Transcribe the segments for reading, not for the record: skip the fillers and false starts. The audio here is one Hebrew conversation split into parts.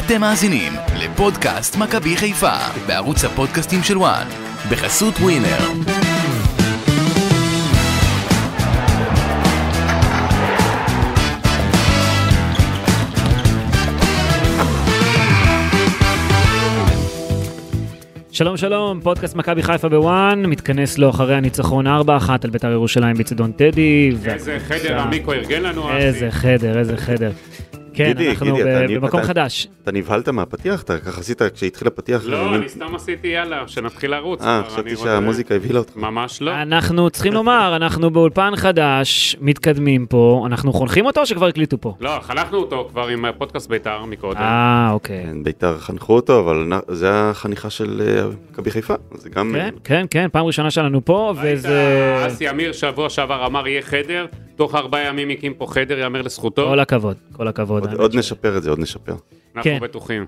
אתם מאזינים לפודקאסט מכבי חיפה בערוץ הפודקאסטים של וואן בחסות ווינר. שלום שלום, פודקאסט מכבי חיפה בוואן, מתכנס לו אחרי הניצחון 4-1 על בית"ר ירושלים בצידון טדי. איזה חדר עמיקו ארגן לנו. איזה חדר. כן, אנחנו במקום חדש. אתה נבהלת מהפתיח? אתה ככה עשית כשהתחיל הפתיח? לא, אני סתם עשיתי יאללה, שנתחיל לרוץ. חשבתי שהמוזיקה הבהילה אותך. ממש לא. אנחנו צריכים לומר, אנחנו באולפן חדש, מתקדמים פה, אנחנו חונכים אותו או שכבר הקליטו פה? לא, חנכנו אותו כבר עם פודקאסט בית"ר מקודם. אוקיי. בית"ר חנכו אותו, אבל זה החניכה של מכבי חיפה. זה גם... כן, פעם ראשונה שלנו פה, וזה... אסי אמיר שבוע שעבר אמר יהיה חדר, תוך 4 ימים הקים פה חדר, יאמר לזכותו. כל הכבוד. עוד נשפר את זה, עוד נשפר. אנחנו בטוחים.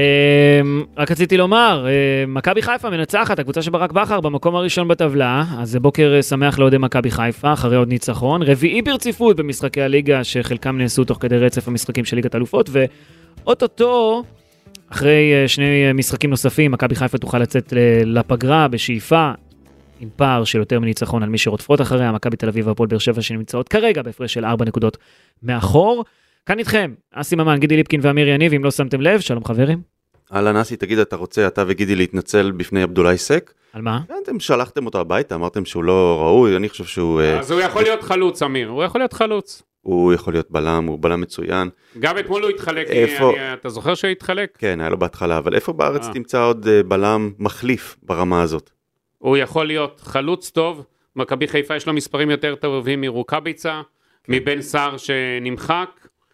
רק רציתי לומר, מכבי חיפה מנצחת, הקבוצה של ברק בכר במקום הראשון בטבלה, אז זה בוקר שמח לאוהדי מכבי חיפה, אחרי עוד ניצחון, רביעי ברציפות במשחקי הליגה, שחלקם נעשו תוך כדי רצף המשחקים של ליגת אלופות, ואוטוטו, אחרי 2 משחקים נוספים, מכבי חיפה תוכל לצאת לפגרה בשאיפה, עם פער של יותר מניצחון על מי שרודפות אחריה, מכבי תל אביב והפועל באר שבע שנמצאות כרגע בהפרש של 4 נקודות מאחור. כאן איתכם, אסי ממן, גידי ליפקין ואמיר יניב, אם לא שמתם לב, שלום חברים. אהלן אסי, תגיד, אתה רוצה, אתה וגידי להתנצל בפני עבדולאי סק? על מה? אתם שלחתם אותו הביתה, אמרתם שהוא לא ראוי, אני חושב שהוא... אז הוא יכול להיות חלוץ, אמיר, הוא יכול להיות חלוץ. הוא יכול להיות בלם, הוא בלם מצוין. גם אתמול הוא התחלק, אתה זוכר שהוא התחלק? כן, היה לו בהתחלה, אבל איפה בארץ תמצא עוד בלם מחליף ברמה הזאת? הוא יכול להיות חלוץ טוב, מכבי חיפה יש לו מספרים יותר טובים מרוקאביצה, מבן סער שנמחק,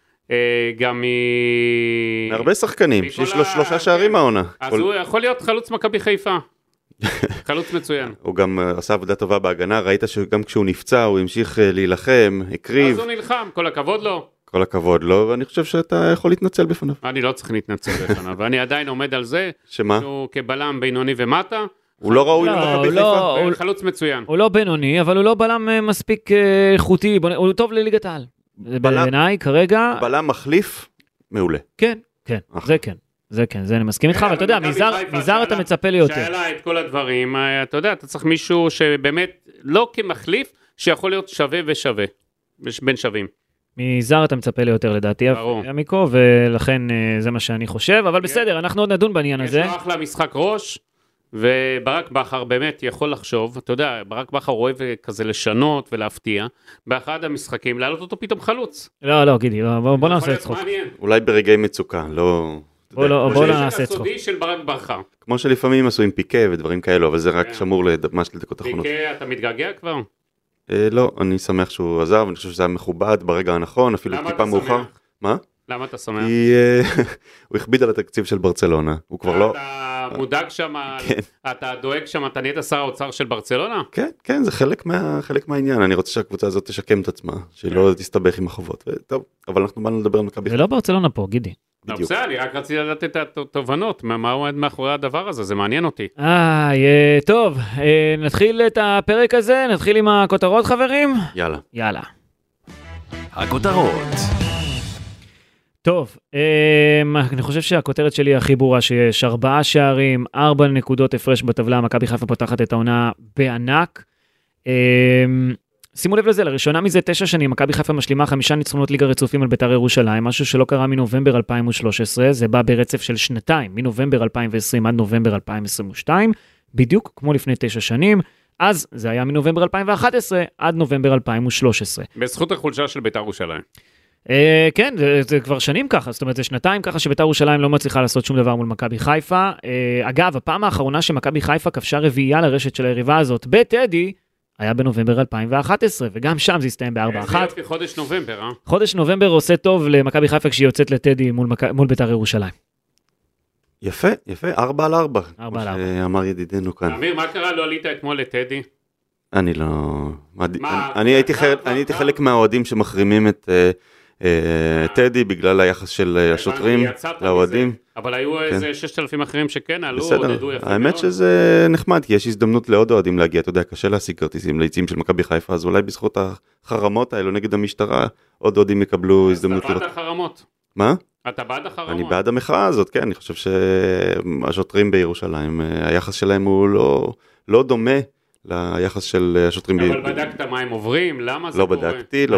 גם מהרבה שחקנים, שיש לו 3 שערים העונה. אז הוא יכול להיות חלוץ מכבי חיפה. חלוץ מצוין. הוא גם עשה עבודה טובה בהגנה, ראית שגם כשהוא נפצע הוא המשיך להילחם, הקריב. אז הוא נלחם, כל הכבוד לו. כל הכבוד לו, ואני חושב שאתה יכול להתנצל בפניו. אני לא צריך להתנצל בפניו, ואני עדיין עומד על זה. שמה? שהוא כבלם בינוני ומטה. הוא לא ראוי למכבי חיפה? הוא חלוץ מצוין. הוא לא בינוני, אבל הוא לא בלם מספיק איכותי, הוא טוב לליגת העל. בעיניי כרגע... בלם מחליף, מעולה. כן, זה אני מסכים איתך, אבל אתה יודע, מזר אתה מצפה לי יותר. שאלה את כל הדברים, אתה יודע, אתה צריך מישהו שבאמת לא כמחליף, שיכול להיות שווה ושווה, בין שווים. מזר אתה מצפה לי יותר לדעתי, עמיקו, ולכן זה מה שאני חושב, אבל בסדר, אנחנו עוד נדון בעניין הזה. יש לו אחלה משחק ראש, וברק בכר באמת יכול לחשוב, אתה יודע, ברק בכר אוהב כזה לשנות ולהפתיע, באחד המשחקים להעלות אותו פתאום חלוץ. לא, גידי, בוא נעשה את צחוק. אולי ברגעי מצוקה, לא... בוא נעשה את צחוק. הסודי של ברק בכר. כמו שלפעמים עשו עם פיקה ודברים כאלו, אבל זה רק שמור ממש לדקות האחרונות. פיקה, אתה מתגעגע כבר? לא, אני שמח שהוא עזב, אני חושב שזה היה מכובד ברגע הנכון, אפילו טיפה מאוחר. מה? למה אתה שמח? הוא הכביד על התקציב של ברצלונה, הוא כבר לא... אתה מודאג שם, אתה דואג שם, אתה נהיית שר האוצר של ברצלונה? כן, זה חלק מהעניין, אני רוצה שהקבוצה הזאת תשקם את עצמה, שהיא לא תסתבך עם החובות, טוב, אבל אנחנו באנו לדבר על מכבי. זה לא ברצלונה פה, גידי. בסדר, אני רק רציתי לדעת את התובנות, מה עומד מאחורי הדבר הזה, זה מעניין אותי. טוב, נתחיל את הפרק הזה, נתחיל עם הכותרות חברים? יאללה. הכותרות. טוב, אני חושב שהכותרת שלי הכי ברורה שיש 4 שערים, 4 נקודות הפרש בטבלה, מכבי חיפה פותחת את העונה בענק. שימו לב לזה, לראשונה מזה 9 שנים, מכבי חיפה משלימה 5 ניצחונות ליגה רצופים על בית"ר ירושלים, משהו שלא קרה מנובמבר 2013, זה בא ברצף של 2, מנובמבר 2020 עד נובמבר 2022, בדיוק כמו לפני 9 שנים, אז זה היה מנובמבר 2011 עד נובמבר 2013. בזכות החולשה של בית"ר ירושלים. כן, זה כבר שנים ככה, זאת אומרת, זה 2 ככה שבית"ר ירושלים לא מצליחה לעשות שום דבר מול מכבי חיפה. אגב, הפעם האחרונה שמכבי חיפה כבשה רביעייה לרשת של היריבה הזאת בטדי, היה בנובמבר 2011, וגם שם זה הסתיים ב-4-1. זה יוצא חודש נובמבר, חודש נובמבר עושה טוב למכבי חיפה כשהיא יוצאת לטדי מול בית"ר ירושלים. יפה, 4-4. 4-4. כמו שאמר ידידנו כאן. אמיר, מה קרה? לא עלית אתמול לטדי? אני לא... אני הייתי חלק מהאוהדים שמחרימים את טדי בגלל היחס של השוטרים לאוהדים. אבל היו איזה 6,000 אחרים שכן עלו, עודדו יפה מאוד. האמת שזה נחמד, כי יש הזדמנות לעוד אוהדים להגיע, אתה יודע, קשה להשיג כרטיסים ליציעים של מכבי חיפה, אז אולי בזכות החרמות האלו נגד המשטרה, עוד אוהדים יקבלו הזדמנות לראות. הפסקת החרמות. מה? אתה בעד החרמות? אני בעד המחאה הזאת, כן, אני חושב שהשוטרים בירושלים, היחס שלהם הוא לא דומה ליחס של השוטרים. אבל בדקת מה הם עוברים? למה זה לא קורה? בדקתי.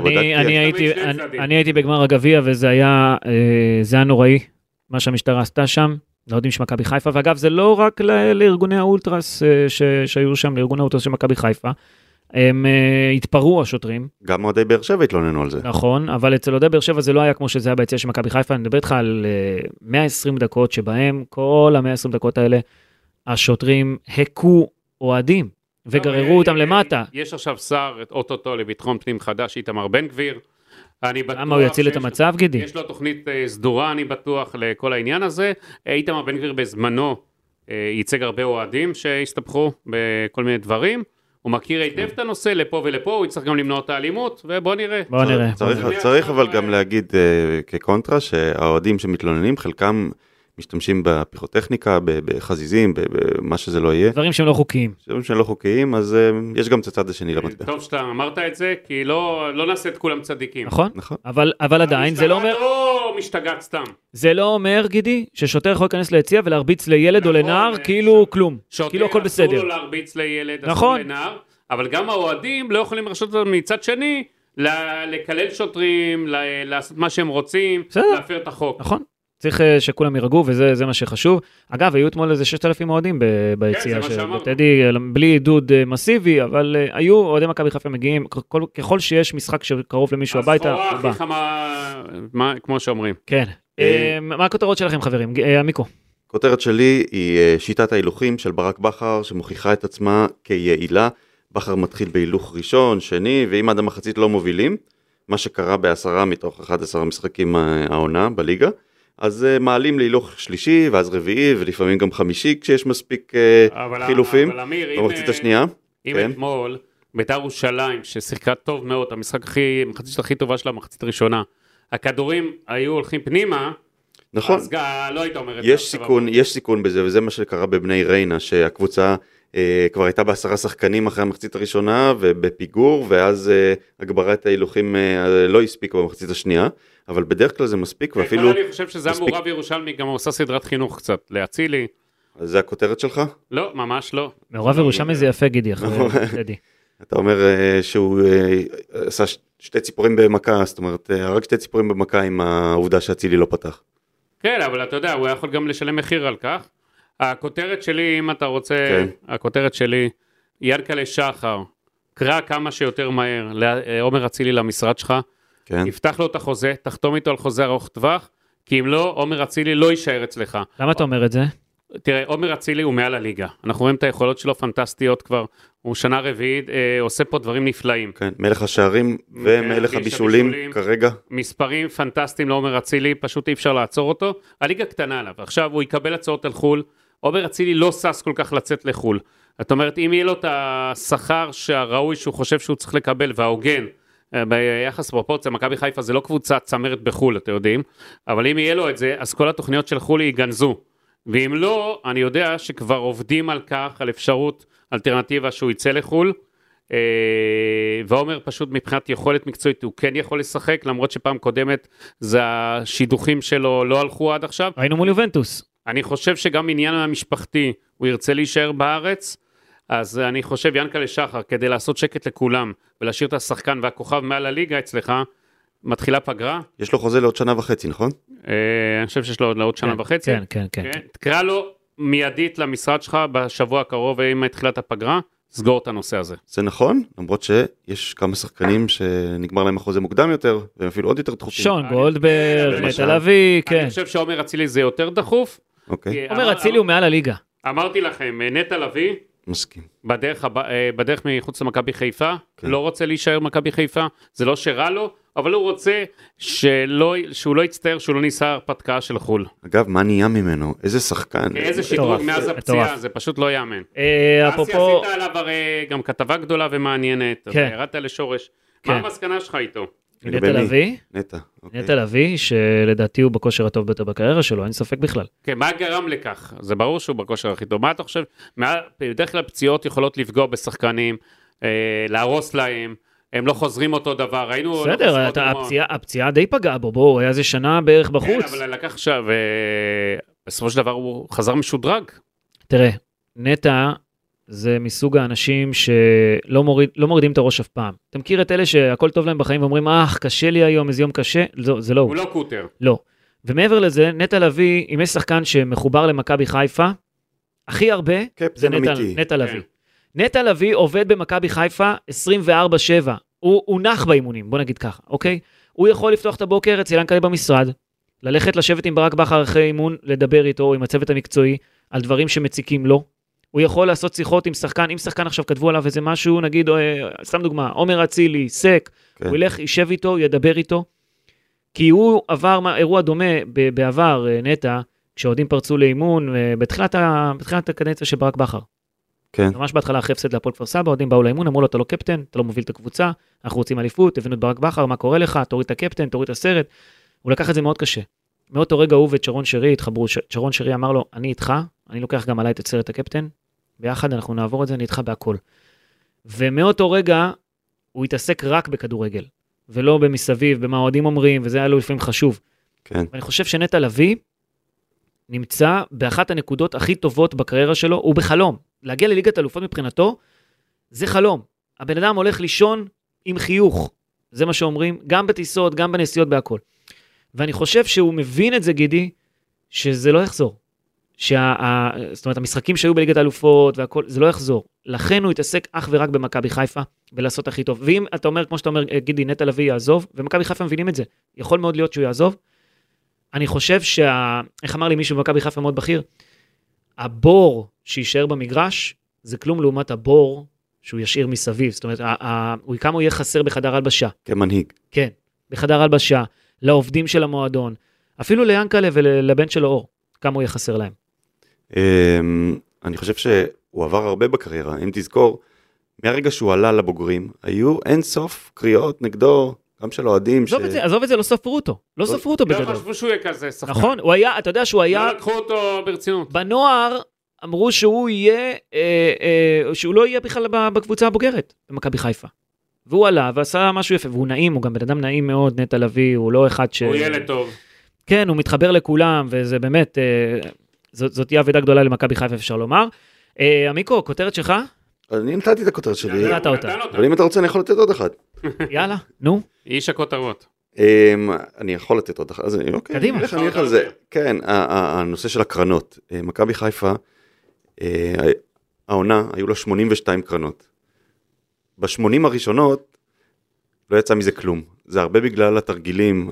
אני הייתי בגמר הגביע, וזה היה נוראי, מה שהמשטרה עשתה שם. לא יודעים שמכבי חיפה, ואגב, זה לא רק לארגוני האולטרס שהיו שם, לארגוני האולטרס של מכבי חיפה. הם התפרעו, השוטרים. גם אוהדי באר שבע התלוננו על זה. נכון, אבל אצל אוהדי באר שבע זה לא היה כמו שזה היה ביציע של מכבי חיפה. אני מדבר איתך על 120 דקות, שבהם כל ה-120 דקות האלה, השוטרים הכו אוהדים, וגררו אותם למטה. יש עכשיו שר, אוטוטו לביטחון פנים חדש, איתמר בן גביר. למה הוא יציל את המצב, גידי? יש לו תוכנית סדורה, אני בטוח, לכל העניין הזה. איתמר בן גביר בזמנו ייצג הרבה אוהדים שהסתבכו בכל מיני דברים. הוא מכיר היטב את הנושא לפה ולפה, הוא יצטרך גם למנוע את האלימות, ובוא נראה. בוא נראה. צריך אבל גם להגיד כקונטרה, שהאוהדים שמתלוננים, חלקם משתמשים בפירוטכניקה, בחזיזים, במה שזה לא יהיה. דברים שהם לא חוקיים. דברים שהם לא חוקיים, אז יש גם את הצד השני למטבע. טוב שאתה אמרת את זה, כי לא נעשה את כולם צדיקים. נכון, אבל עדיין זה לא אומר... לא משתגעת סתם. זה לא אומר, גידי, ששוטר יכול להיכנס ליציע ולהרביץ לילד או לנער, כאילו כלום. כאילו הכל בסדר. שוטר אסור לו להרביץ לילד, אסור לנער, אבל גם האוהדים לא יכולים לרשות אותם מצד שני, לקלל שוטרים, לעשות מה שהם רוצים, להפר את החוק. נכון. צריך שכולם ירגעו, וזה מה שחשוב. אגב, היו אתמול איזה 6,000 אוהדים ביציאה של טדי, בלי עידוד מסיבי, אבל היו אוהדי מכבי חיפה מגיעים, ככל שיש משחק שקרוב למישהו הביתה, הסחורה הכי חמה, כמו שאומרים. כן. מה הכותרות שלכם, חברים? עמיקו. הכותרת שלי היא שיטת ההילוכים של ברק בכר, שמוכיחה את עצמה כיעילה. בכר מתחיל בהילוך ראשון, שני, ואם עד המחצית לא מובילים, מה שקרה ב10 מתוך 11 המשחקים העונה בליגה, אז מעלים להילוך שלישי, ואז רביעי, ולפעמים גם חמישי, כשיש מספיק חילופים. אבל אמיר, במחצית השנייה. אם אתמול, בית"ר ירושלים, ששיחקה טוב מאוד, המחצית הכי טובה שלה, המחצית הראשונה, הכדורים היו הולכים פנימה, נכון. אז לא היית אומר את זה. יש סיכון בזה, וזה מה שקרה בבני ריינה, שהקבוצה כבר הייתה ב10 שחקנים אחרי המחצית הראשונה, ובפיגור, ואז הגברת ההילוכים לא הספיק במחצית השנייה, אבל בדרך כלל זה מספיק, ואפילו... אני חושב שזה המעורב ירושלמי, גם עושה סדרת חינוך קצת, להצילי. אז זה הכותרת שלך? לא, ממש לא. מעורב ירושלמי זה יפה, גידי, אחרי טדי. אתה אומר שהוא עשה 2 ציפורים במכה, זאת אומרת, רק 2 ציפורים במכה עם העובדה שהצילי לא פתח. כן, אבל אתה יודע, הוא יכול גם לשלם מחיר על כך. הכותרת שלי, אם אתה רוצה, הכותרת שלי, ינקלה שחר, קרא כמה שיותר מהר, לעומר אצילי למשרד שלך, יפתח לו את החוזה, תחתום איתו על חוזה ארוך טווח, כי אם לא, עומר אצילי לא יישאר אצלך. למה אתה אומר את זה? תראה, עומר אצילי הוא מעל הליגה. אנחנו רואים את היכולות שלו פנטסטיות כבר, הוא שנה רביעית, עושה פה דברים נפלאים. כן, מלך השערים ומלך הבישולים כרגע. מספרים פנטסטיים לעומר אצילי, פשוט אי אפשר לעצור אותו. הליגה קטנה עליו, עכשיו הוא יקבל הצעות על חול, עומר אצילי לא סס כל כך לצאת לחול. זאת אומרת, אם יהיה לו את השכר שהראוי שהוא חושב שהוא צריך לקבל וההוגן, ביחס פרופורציה, מכבי חיפה זה לא קבוצה צמרת בחול, אתם יודעים, אבל אם יהיה לו את זה, אז כל התוכניות של חול ייגנזו. ואם לא, אני יודע שכבר עובדים על כך, על אפשרות אלטרנטיבה שהוא יצא לחול, ועומר פשוט מבחינת יכולת מקצועית, הוא כן יכול לשחק, למרות שפעם קודמת זה השידוכים שלו לא הלכו עד עכשיו. היינו מול יובנטוס. אני חושב שגם עניין המשפחתי, הוא ירצה להישאר בארץ, אז אני חושב ינקלה שחר, כדי לעשות שקט לכולם, ולהשאיר את השחקן והכוכב מעל הליגה אצלך, מתחילה פגרה. יש לו חוזה לעוד 1.5 שנה, נכון? אני חושב שיש לו לעוד 1.5 שנה. כן. תקרא לו מיידית למשרד שלך בשבוע הקרוב, עם תחילת הפגרה, סגור את הנושא הזה. זה נכון, למרות שיש כמה שחקנים שנגמר להם החוזה מוקדם יותר, והם אפילו עוד יותר דחופים. שון גולדברג, נטע לביא, כן. אני חושב שעומר אצילי זה יותר דחוף. עומר אצילי הוא מעל הליגה. אמרתי לכם, נטע לביא, מסכים. בדרך מחוץ למכבי חיפה, לא רוצה להישאר מכבי חיפה, זה לא שרע לו, אבל הוא רוצה שהוא לא יצטער, שהוא לא ניסה הרפתקה של חול. אגב, מה נהיה ממנו? איזה שחקן? איזה שדרוג מאז הפציעה, זה פשוט לא יאמן. אפרופו... עשית עליו הרי גם כתבה גדולה ומעניינת, ירדת לשורש. מה המסקנה שלך איתו? נטע לביא? נטע לביא, שלדעתי הוא בכושר הטוב ביותר בקריירה שלו, אין ספק בכלל. כן, מה גרם לכך? זה ברור שהוא בכושר הכי טוב. מה אתה חושב? בדרך כלל פציעות יכולות לפגוע בשחקנים, להרוס להם, הם לא חוזרים אותו דבר, ראינו... בסדר, הפציעה די פגעה בו, בואו, היה זה שנה בערך בחוץ. כן, אבל לקח עכשיו, בסופו של דבר הוא חזר משודרג. תראה, נטע זה מסוג האנשים שלא מורידים את הראש אף פעם. אתה מכיר את אלה שהכל טוב להם בחיים ואומרים, קשה לי היום, איזה יום קשה? זה לא הוא. הוא לא קוטר. לא. ומעבר לזה, נטע לביא, אם יש שחקן שמחובר למכבי חיפה, הכי הרבה, זה נטע לביא. נטע לביא עובד במכבי חיפה 24/7. הוא נח באימונים, בוא נגיד ככה, אוקיי? הוא יכול לפתוח את הבוקר אצל ינקלה במשרד, ללכת לשבת עם ברק בכר אחרי אימון, לדבר איתו, עם הצוות המקצועי, על דברים שמציקים לו. הוא יכול לעשות שיחות עם שחקן, אם שחקן עכשיו כתבו עליו איזה משהו, נגיד, סתם דוגמה, עומר אצילי, סק, הוא ילך, יישב איתו, ידבר איתו, כי הוא עבר אירוע דומה בעבר, נטע, כשעודים פרצו לאימון, בתחילת הקדנציה של ברק בכר. כן. ממש בהתחלה אחרי הפסד להפועל כפר סבא, עודים באו לאימון, אמרו לו, אתה לא קפטן, אתה לא מוביל את הקבוצה, אנחנו רוצים אליפות, הבאנו את ברק בכר, מה קורה לך? תוריד את הקפטן, תוריד את הסרט. הוא לקח את זה מאוד קשה. מאותו רגע הוא ושרון שרי התחברו, שרון שרי אמר לו, אני איתך, אני לוקח גם עליי את סרט הקפטן, ביחד אנחנו נעבור את זה, אני איתך בהכל. ומאותו רגע הוא התעסק רק בכדורגל, ולא במסביב, במה אוהדים אומרים, וזה היה לו לפעמים חשוב. כן. ואני חושב שנטע לביא נמצא באחת הנקודות הכי טובות בקריירה שלו, הוא בחלום. להגיע לליגת אלופות מבחינתו, זה חלום. הבן אדם הולך לישון עם חיוך, זה מה שאומרים, גם בטיסות, גם בנסיעות, בהכל. ואני חושב שהוא מבין את זה, גידי, שזה לא יחזור. זאת אומרת, המשחקים שהיו בליגת האלופות והכל, זה לא יחזור. לכן הוא יתעסק אך ורק במכבי חיפה, ולעשות הכי טוב. ואם אתה אומר, כמו שאתה אומר, גידי, נטע לביא יעזוב, ומכבי חיפה מבינים את זה. יכול מאוד להיות שהוא יעזוב. אני חושב איך אמר לי מישהו במכבי חיפה מאוד בכיר, הבור שישאר במגרש, זה כלום לעומת הבור שהוא ישאיר מסביב. זאת אומרת, כמה הוא יהיה חסר בחדר הלבשה. כמנהיג. כן, בחדר הלבשה, לעובדים של המועדון, אפילו ליאנקלה ולבן שלו אור, כמה הוא יהיה חסר להם. אני חושב שהוא עבר הרבה בקריירה, אם תזכור, מהרגע שהוא עלה לבוגרים, היו אין סוף קריאות נגדו, גם של אוהדים. עזוב את זה, לא ספרו אותו, לא ספרו אותו בגדול. לא חשבו שהוא יהיה כזה שחקן. נכון, הוא היה, אתה יודע שהוא היה... לא לקחו אותו ברצינות. בנוער אמרו שהוא יהיה, שהוא לא יהיה בכלל בקבוצה הבוגרת, במכבי חיפה. והוא עלה ועשה משהו יפה, והוא נעים, הוא גם בן אדם נעים מאוד, נטע לביא, הוא לא אחד הוא ילד טוב. כן, הוא מתחבר לכולם, וזה באמת, זאת תהיה עבודה גדולה למכבי חיפה, אפשר לומר. עמיקו, כותרת שלך? אני נתתי את הכותרת שלי. נתת אותה. אבל אם אתה רוצה, אני יכול לתת עוד אחד. יאללה, נו. איש הכותרות. אני יכול לתת עוד אחד. קדימה. אני אלך על זה. כן, הנושא של הקרנות. מכבי חיפה, העונה, היו לה 82 קרנות. ב-80 הראשונות, לא יצא מזה כלום. זה הרבה בגלל התרגילים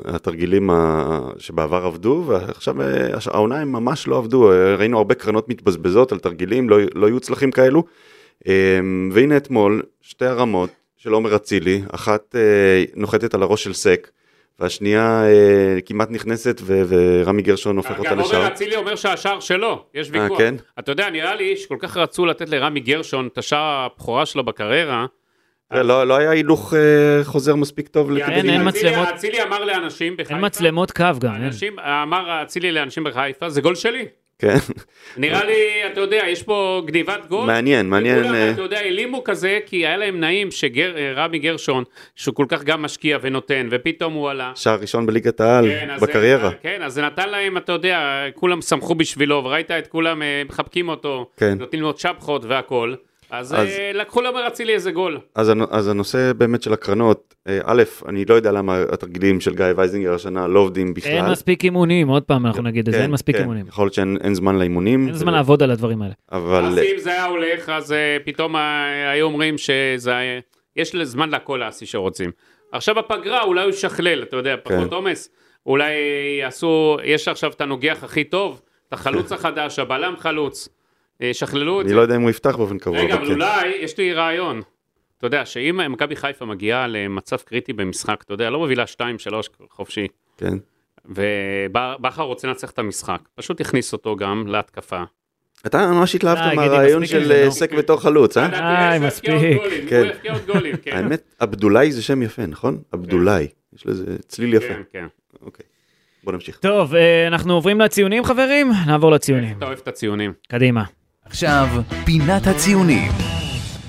שבעבר עבדו, ועכשיו העונה הם ממש לא עבדו. ראינו הרבה קרנות מתבזבזות על תרגילים, לא היו צלחים כאלו. והנה אתמול, שתי הרמות של עומר אצילי, אחת נוחתת על הראש של סק, והשנייה כמעט נכנסת, ורמי גרשון הופך אותה לשער. עומר אצילי אומר שהשער שלו, יש ויכוח. כן? אתה יודע, נראה לי שכל כך רצו לתת לרמי גרשון את השער הבכורה שלו בקריירה. לא היה הילוך חוזר מספיק טוב. אין מצלמות. אצילי אמר לאנשים בחיפה. אין מצלמות קו גם. אמר אצילי לאנשים בחיפה, זה גול שלי. כן. נראה לי, אתה יודע, יש פה גניבת גול. מעניין. וכולם, אתה יודע, אלימו כזה, כי היה להם נעים שרמי גרשון, שהוא כל כך גם משקיע ונותן, ופתאום הוא עלה. שער ראשון בליגת העל, בקריירה. כן, אז זה נתן להם, אתה יודע, כולם שמחו בשבילו, וראית את כולם מחבקים אותו, נותנים לו צ'פחות והכל. אז לקחו לעומר אצילי איזה גול. אז הנושא באמת של הקרנות, א', אני לא יודע למה התרגילים של גיא וייזינגר השנה לא עובדים בכלל. אין מספיק אימונים, עוד פעם אנחנו נגיד את זה, אין מספיק אימונים. יכול להיות שאין זמן לאימונים. אין זמן לעבוד על הדברים האלה. אז אם זה היה הולך, אז פתאום היו אומרים שיש זמן לכל האסי שרוצים. עכשיו בפגרה אולי הוא שכלל, אתה יודע, פחות עומס. אולי יש עכשיו את הנוגח הכי טוב, את החלוץ החדש, הבלם חלוץ. שכללו את זה. אני לא יודע אם הוא יפתח באופן קבוע. רגע, אבל אולי, יש לי רעיון. אתה יודע, שאם מכבי חיפה מגיעה למצב קריטי במשחק, אתה יודע, לא מובילה 2-3 חופשי. כן. ובכר רוצה לנצח את המשחק. פשוט הכניס אותו גם להתקפה. אתה ממש התלהבת מהרעיון של סק בתור חלוץ, מספיק. הוא יפקיע עוד גולים, כן. האמת, אבדולאי זה שם יפה, נכון? אבדולאי. יש לזה צליל יפה. כן, כן. אוקיי. בוא נמשיך. טוב, אנחנו עוברים לציונים, חברים? נעבור לציונים. אתה אוהב את הציונים. קדימה. עכשיו, פינת הציונים.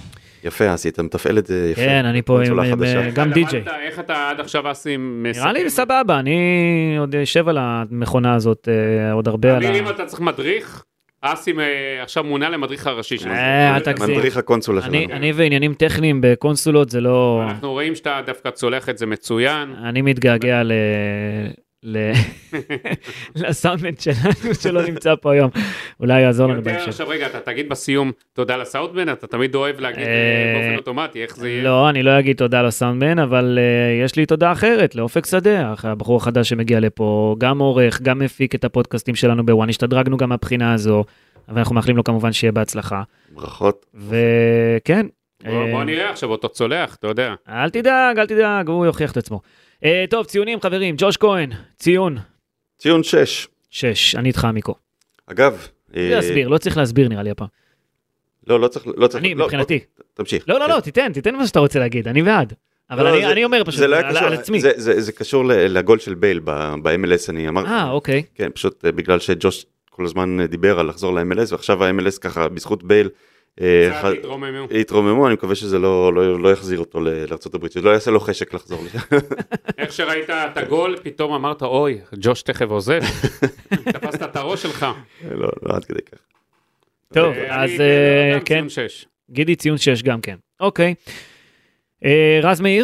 יפה, אסי, אתה מתפעל את זה יפה. כן, אני פה גם די-ג'יי. איך אתה עד עכשיו אסי מסכם? נראה לי סבבה, אני עוד אשב על המכונה הזאת עוד הרבה על אם אתה צריך מדריך, אסי עכשיו מונה למדריך הראשי שלנו. תגזים. מדריך הקונסולה שלנו. אני ועניינים טכניים בקונסולות זה לא... אנחנו רואים שאתה דווקא צולח את זה מצוין. אני מתגעגע לסאונדמן שלנו שלא נמצא פה היום. אולי יעזור לנו בהמשך. עכשיו רגע, אתה תגיד בסיום תודה לסאונדמן, אתה תמיד אוהב להגיד באופן אוטומטי, איך זה יהיה? לא, אני לא אגיד תודה לסאונדמן, אבל יש לי תודה אחרת, לאופק שדה, הבחור החדש שמגיע לפה, גם עורך, גם מפיק את הפודקאסטים שלנו בוואן, השתדרגנו גם מהבחינה הזו, אבל אנחנו מאחלים לו כמובן שיהיה בהצלחה. ברכות. וכן. בוא נראה עכשיו אותו צולח, אתה יודע. אל תדאג, הוא יוכיח את עצמו. טוב, ציונים חברים, ג'וש כהן, ציון. ציון 6. 6, אני איתך מיקו. אגב. להסביר, לא צריך להסביר נראה לי הפעם. לא צריך. אני, מבחינתי. תמשיך. לא, תיתן מה שאתה רוצה להגיד, אני בעד. אבל אני אומר פשוט על עצמי. זה קשור לגול של בייל ב-MLS, אני אמרתי. אוקיי. כן, פשוט בגלל שג'וש כל הזמן דיבר על לחזור ל-MLS, ועכשיו ה-MLS ככה, בזכות בייל, התרוממו, אני מקווה שזה לא יחזיר אותו לארצות הברית, שזה לא יעשה לו חשק לחזור לשם. איך שראית את הגול, פתאום אמרת, אוי, ג'וש תכף עוזב, תפסת את הראש שלך. לא, עד כדי כך. טוב, אז כן, גידי ציון 6 גם כן. אוקיי. רז מאיר?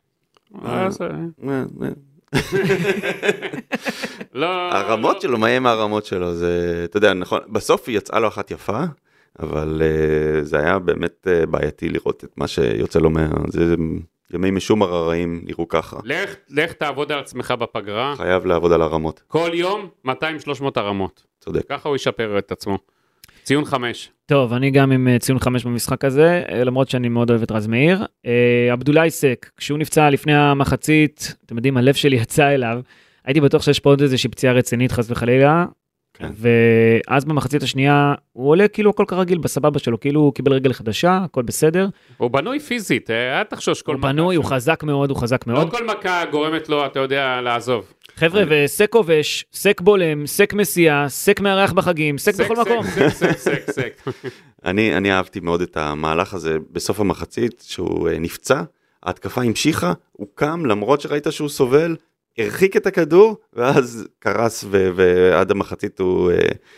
הרמות שלו, מה יהיה מהרמות שלו? זה, אתה יודע, נכון, בסוף היא יצאה לו אחת יפה, אבל זה היה באמת בעייתי לראות את מה שיוצא לו זה ימי משום הרראים נראו ככה. לך תעבוד על עצמך בפגרה. חייב לעבוד על הרמות. כל יום 200-300 הרמות. צודק. ככה הוא ישפר את עצמו. ציון 5. טוב, אני גם עם ציון 5 במשחק הזה, למרות שאני מאוד אוהב את רז מאיר. עבדולאי סק, כשהוא נפצע לפני המחצית, אתם יודעים, הלב שלי יצא אליו, הייתי בטוח שיש פה עוד איזושהי פציעה רצינית, חס וחלילה, כן. ואז במחצית השנייה, הוא עולה כאילו הכל כרגיל בסבבה שלו, כאילו הוא קיבל רגל חדשה, הכל בסדר. הוא בנוי פיזית, אל תחשוש כל מכה. הוא בנוי, הוא חזק מאוד, הוא חזק מאוד. לא כל מכה גורמת לו, אתה יודע, לעזוב. חבר'ה, וסק כובש, סק בולם, סק מסיע, סק מארח בחגים, סק בכל מקום. סק. אני אהבתי מאוד את המהלך הזה בסוף המחצית, שהוא נפצע, ההתקפה המשיכה, הוא קם למרות שראית שהוא סובל, הרחיק את הכדור, ואז קרס, ועד המחצית הוא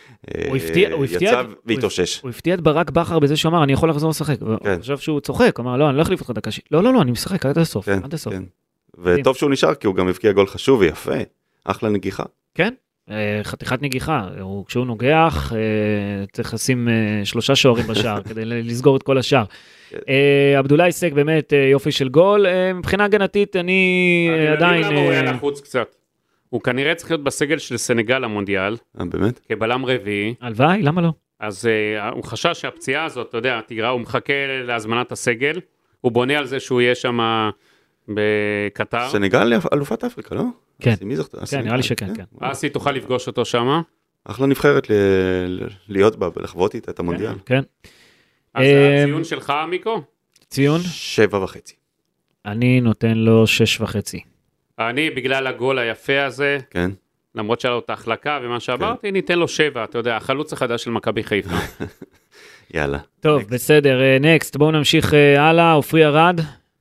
יצא והתאושש. הוא הפתיע את ברק בכר בזה שהוא אמר, אני יכול לחזור לשחק. הוא חושב שהוא צוחק, הוא אמר, לא, אני לא אחליף אותך דקה. לא, אני משחק עד הסוף. וטוב שהוא נשאר, כי הוא גם הבקיע גול חשוב ויפה. אחלה נגיחה. כן, חתיכת נגיחה. כשהוא נוגח, צריך לשים 3 שוערים בשער, כדי לסגור את כל השער. עבדולאי סק באמת יופי של גול. מבחינה הגנתית, אני עדיין... למה הוא היה לחוץ קצת? הוא כנראה צריך להיות בסגל של סנגל למונדיאל. באמת? כבלם רביעי. הלוואי, למה לא? אז הוא חשש שהפציעה הזאת, אתה יודע, תגרע, הוא מחכה להזמנת הסגל. הוא בונה על זה שהוא יהיה שם בקטר. סנגל אלופת אפריקה, לא? כן, נראה לי שכן. אסי תוכל לפגוש אותו שם. אחלה נבחרת להיות בה, לחוות איתה את המונדיאל. כן. אז הציון שלך, מיקו? ציון? 7.5. אני נותן לו 6.5. אני, בגלל הגול היפה הזה, כן. למרות שהיה לו את ההחלקה ומה שאמרתי, ניתן לו 7, אתה יודע, החלוץ החדש של מכבי חיפה. יאללה. טוב, בסדר, נקסט, בואו נמשיך הלאה, עופרי ארד.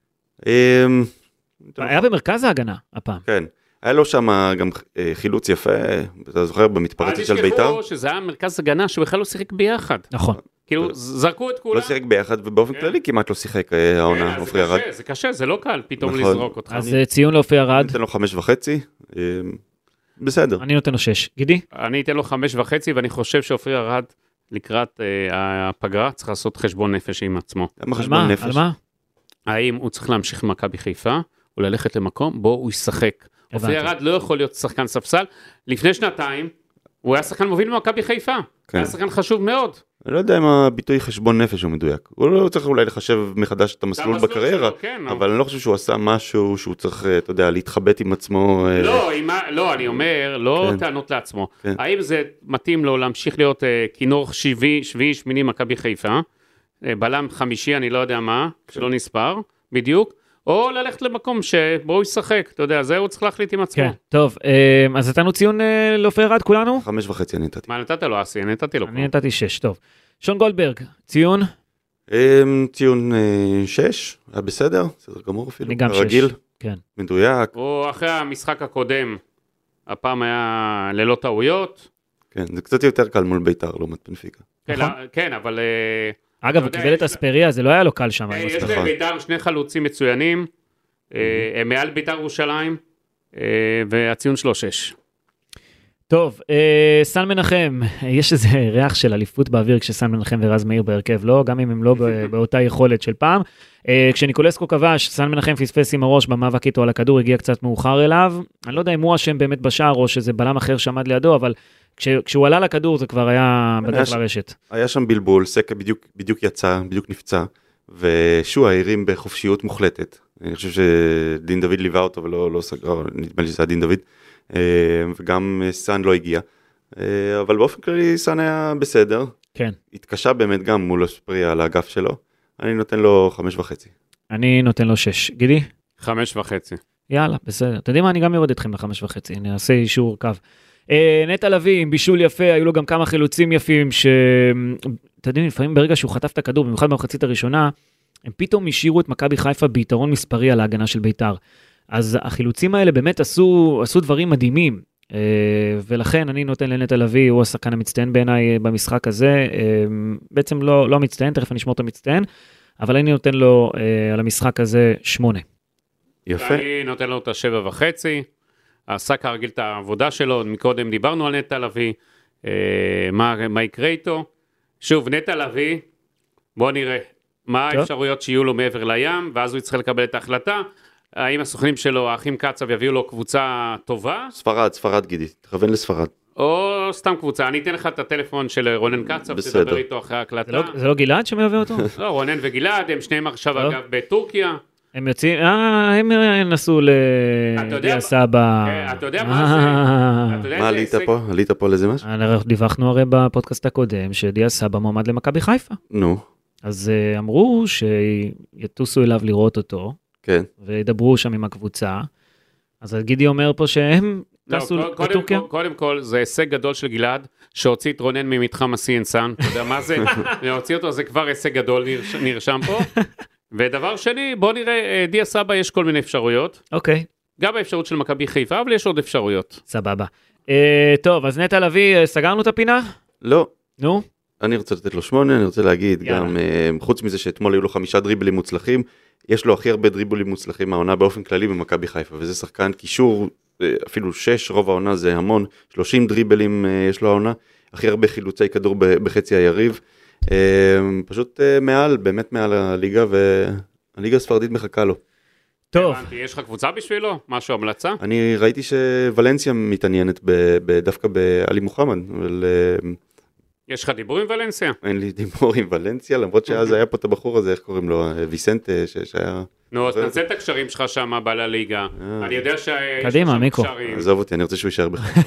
היה במרכז ההגנה הפעם. כן, היה לו שם גם חילוץ יפה, אתה זוכר, במתפרצת של ביתר? תשכחו שזה היה מרכז הגנה שהוא בכלל לא שיחק ביחד. נכון. כאילו, זרקו את כולם. לא שיחק ביחד, ובאופן כללי כמעט לא שיחק העונה, עופרי ארד. זה קשה, זה לא קל פתאום לזרוק אותך. אז ציון לעופרי ארד. אני אתן לו 5.5, בסדר. אני נותן לו 6. גידי? אני אתן לו 5.5, ואני חושב שעופרי ארד לקראת הפגרה צריך לעשות חשבון נפש עם עצמו. על מה? האם הוא צריך להמשיך במכבי חיפה, או ללכת למקום בו הוא ישחק. עופרי ארד לא יכול להיות שחקן ספסל. לפני שנתיים, הוא היה שחקן מוביל במכבי חיפה. היה שחקן חשוב מאוד. אני לא יודע אם הביטוי חשבון נפש הוא מדויק. הוא לא צריך אולי לחשב מחדש את המסלול בקריירה, אבל אני לא חושב שהוא עשה משהו שהוא צריך, אתה יודע, להתחבט עם עצמו. לא, אני אומר, לא טענות לעצמו. האם זה מתאים לו להמשיך להיות כינור שביעי, שמיני מכבי חיפה, בלם חמישי, אני לא יודע מה, שלא נספר, בדיוק, או ללכת למקום שבו הוא ישחק, אתה יודע, זה הוא צריך להחליט עם עצמו. כן, טוב, אז נתנו ציון לעופרי ארד כולנו? 5.5 אני נתתי. מה נתת לו, אסי? נתתי לו. אני נתתי 6, טוב. שון גולדברג, ציון? ציון 6, היה בסדר, בסדר גמור אפילו. אני גם 6. רגיל, כן. מדויק. הוא אחרי המשחק הקודם, הפעם היה ללא טעויות. כן, זה קצת יותר קל מול ביתר, לעומת בנפיקה. כן, אבל... אגב, הוא קיבל את אספריה, זה לא היה לו קל שם. יש לביתר 2 חלוצים מצוינים, הם מעל ביתר ירושלים, והציון 6. טוב, סן מנחם, יש איזה ריח של אליפות באוויר כשסן מנחם ורז מאיר בהרכב, לא? גם אם הם לא באותה יכולת של פעם. כשניקולסקו כבש, סן מנחם פספס עם הראש במאבק איתו על הכדור, הגיע קצת מאוחר אליו. אני לא יודע אם הוא אשם באמת בשער או שזה בלם אחר שעמד לידו, אבל כשהוא עלה לכדור זה כבר היה בדרך לרשת. היה שם בלבול, סקה בדיוק יצא, בדיוק נפצע, ושועה הרים בחופשיות מוחלטת. אני חושב שדין דוד ליווה אותו ולא סגר, נדמה לי שזה היה דין דוד. וגם סן לא הגיע, אבל באופן כללי סן היה בסדר. כן. התקשה באמת גם מול אספריה על האגף שלו, אני נותן לו 5.5. אני נותן לו 6. גידי? 5.5. יאללה, בסדר. אתה יודעים מה, אני גם יורד אתכם ל5.5, אני אעשה אישור קו. נטע לביא, עם בישול יפה, היו לו גם כמה חילוצים יפים, אתה יודעים, לפעמים ברגע שהוא חטף את הכדור, במיוחד במחצית הראשונה, הם פתאום השאירו את מכבי חיפה ביתרון מספרי על ההגנה של ביתר. אז החילוצים האלה באמת עשו דברים מדהימים, ולכן אני נותן לנטע לביא, הוא השחקן המצטיין בעיניי במשחק הזה, בעצם לא מצטיין, תכף אני אשמור את המצטיין, אבל אני נותן לו על המשחק הזה 8. יפה. אני נותן לו את 7.5, עשה כרגיל את העבודה שלו, מקודם דיברנו על נטע לביא, מה יקרה איתו, שוב נטע לביא, בוא נראה, מה האפשרויות שיהיו לו מעבר לים, ואז הוא יצטרך לקבל את ההחלטה, האם הסוכנים שלו, האחים קצב, יביאו לו קבוצה טובה? ספרד גידי, תכוון לספרד. או סתם קבוצה, אני אתן לך את הטלפון של רונן קצב, תדבר איתו אחרי ההקלטה. זה לא גלעד שמלווה אותו? לא, רונן וגלעד, הם שניהם עכשיו אגב בטורקיה. הם יוצאים, הם נסעו לדיה סבא. אתה יודע מה זה? מה עלית פה? עלית פה לזה משהו? דיווחנו הרי בפודקאסט הקודם, שדיה סבא מועמד למכבי חיפה. נו. אז אמרו שיטוסו אליו לראות אותו. כן. וידברו שם עם הקבוצה, אז גידי אומר פה שהם טסו לטורקיה. קודם כל, זה הישג גדול של גלעד, שהוציא את רונן ממתחם הסי-אנסן, אתה יודע מה זה? להוציא אותו, זה כבר הישג גדול, נרשם פה. ודבר שני, בוא נראה, דיה סבא יש כל מיני אפשרויות. אוקיי. גם האפשרות של מכבי חיפה, אבל יש עוד אפשרויות. סבבה. טוב, אז נטע לביא, סגרנו את הפינה? לא. נו? אני רוצה לתת לו 8, אני רוצה להגיד גם, חוץ מזה שאתמול היו לו 5 דריבלים מוצלחים, יש לו הכי הרבה דריבלים מוצלחים מהעונה באופן כללי במכבי חיפה, וזה שחקן קישור, אפילו 6, רוב העונה זה המון, 30 דריבלים יש לו העונה, הכי הרבה חילוצי כדור בחצי היריב, פשוט מעל, באמת מעל הליגה, והליגה הספרדית מחכה לו. טוב. יש לך קבוצה בשבילו? משהו, המלצה? אני ראיתי שוולנסיה מתעניינת דווקא בעלי מוחמד, אבל... יש לך דיבור עם ולנסיה? אין לי דיבור עם ולנסיה, למרות שאז היה פה את הבחור הזה, איך קוראים לו, ויסנטה, שהיה... נו, אז תנצל את הקשרים שלך שם בעל הליגה. אני יודע שיש קדימה, מיקו. עזוב אותי, אני רוצה שהוא יישאר בכלל.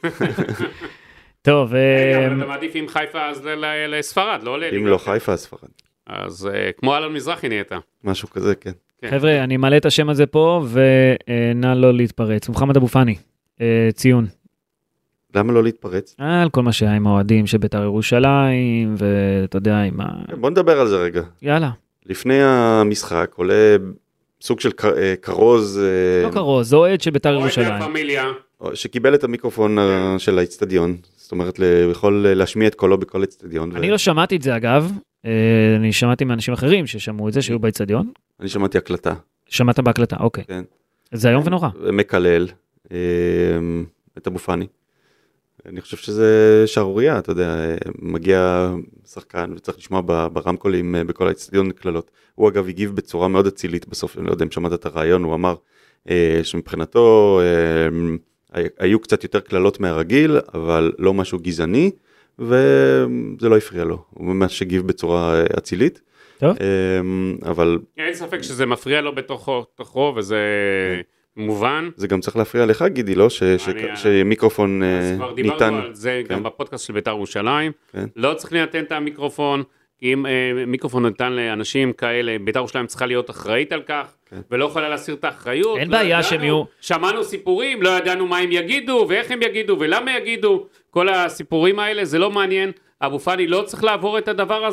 טוב. אתה מעדיף עם חיפה אז לספרד, לא לליגה. אם לא חיפה, אז ספרד. אז כמו אלון מזרחי נהיית. משהו כזה, כן. חבר'ה, אני מעלה את השם הזה פה, ונא לא להתפרץ. מוחמד אבו פאני, ציון. למה לא להתפרץ? על כל מה שהיה עם האוהדים של בית"ר ירושלים, ואתה יודע, עם ה... בוא נדבר על זה רגע. יאללה. לפני המשחק עולה סוג של כרוז... לא כרוז, זה אוהד של בית"ר ירושלים. אוהד הפמיליה. שקיבל את המיקרופון של האצטדיון, זאת אומרת, הוא יכול להשמיע את קולו בכל האצטדיון. אני לא שמעתי את זה אגב, אני שמעתי מאנשים אחרים ששמעו את זה, שהיו באצטדיון. אני שמעתי הקלטה. שמעת בהקלטה, אוקיי. כן. זה היום ונורא. מקלל את אבו פאני. אני חושב שזה שערוריה, אתה יודע, מגיע שחקן וצריך לשמוע ברמקולים בכל האצטדיון כללות. הוא אגב הגיב בצורה מאוד אצילית בסוף, אני לא יודע אם שמעת את הרעיון, הוא אמר שמבחינתו היו קצת יותר כללות מהרגיל, אבל לא משהו גזעני, וזה לא הפריע לו. הוא ממש הגיב בצורה אצילית. טוב. אבל... אין ספק שזה מפריע לו בתוכו, וזה... מובן. זה גם צריך להפריע לך, גידי, לא? שמיקרופון ניתן. כבר דיברנו על זה גם בפודקאסט של בית"ר ירושלים. לא צריך לנתן את המיקרופון, כי אם מיקרופון ניתן לאנשים כאלה, בית"ר ירושלים צריכה להיות אחראית על כך, ולא יכולה להסיר את האחריות. אין בעיה שהם יהיו... שמענו סיפורים, לא ידענו מה הם יגידו, ואיך הם יגידו, ולמה יגידו. כל הסיפורים האלה, זה לא מעניין. אבו פאני לא צריך לעבור את הדבר הזה,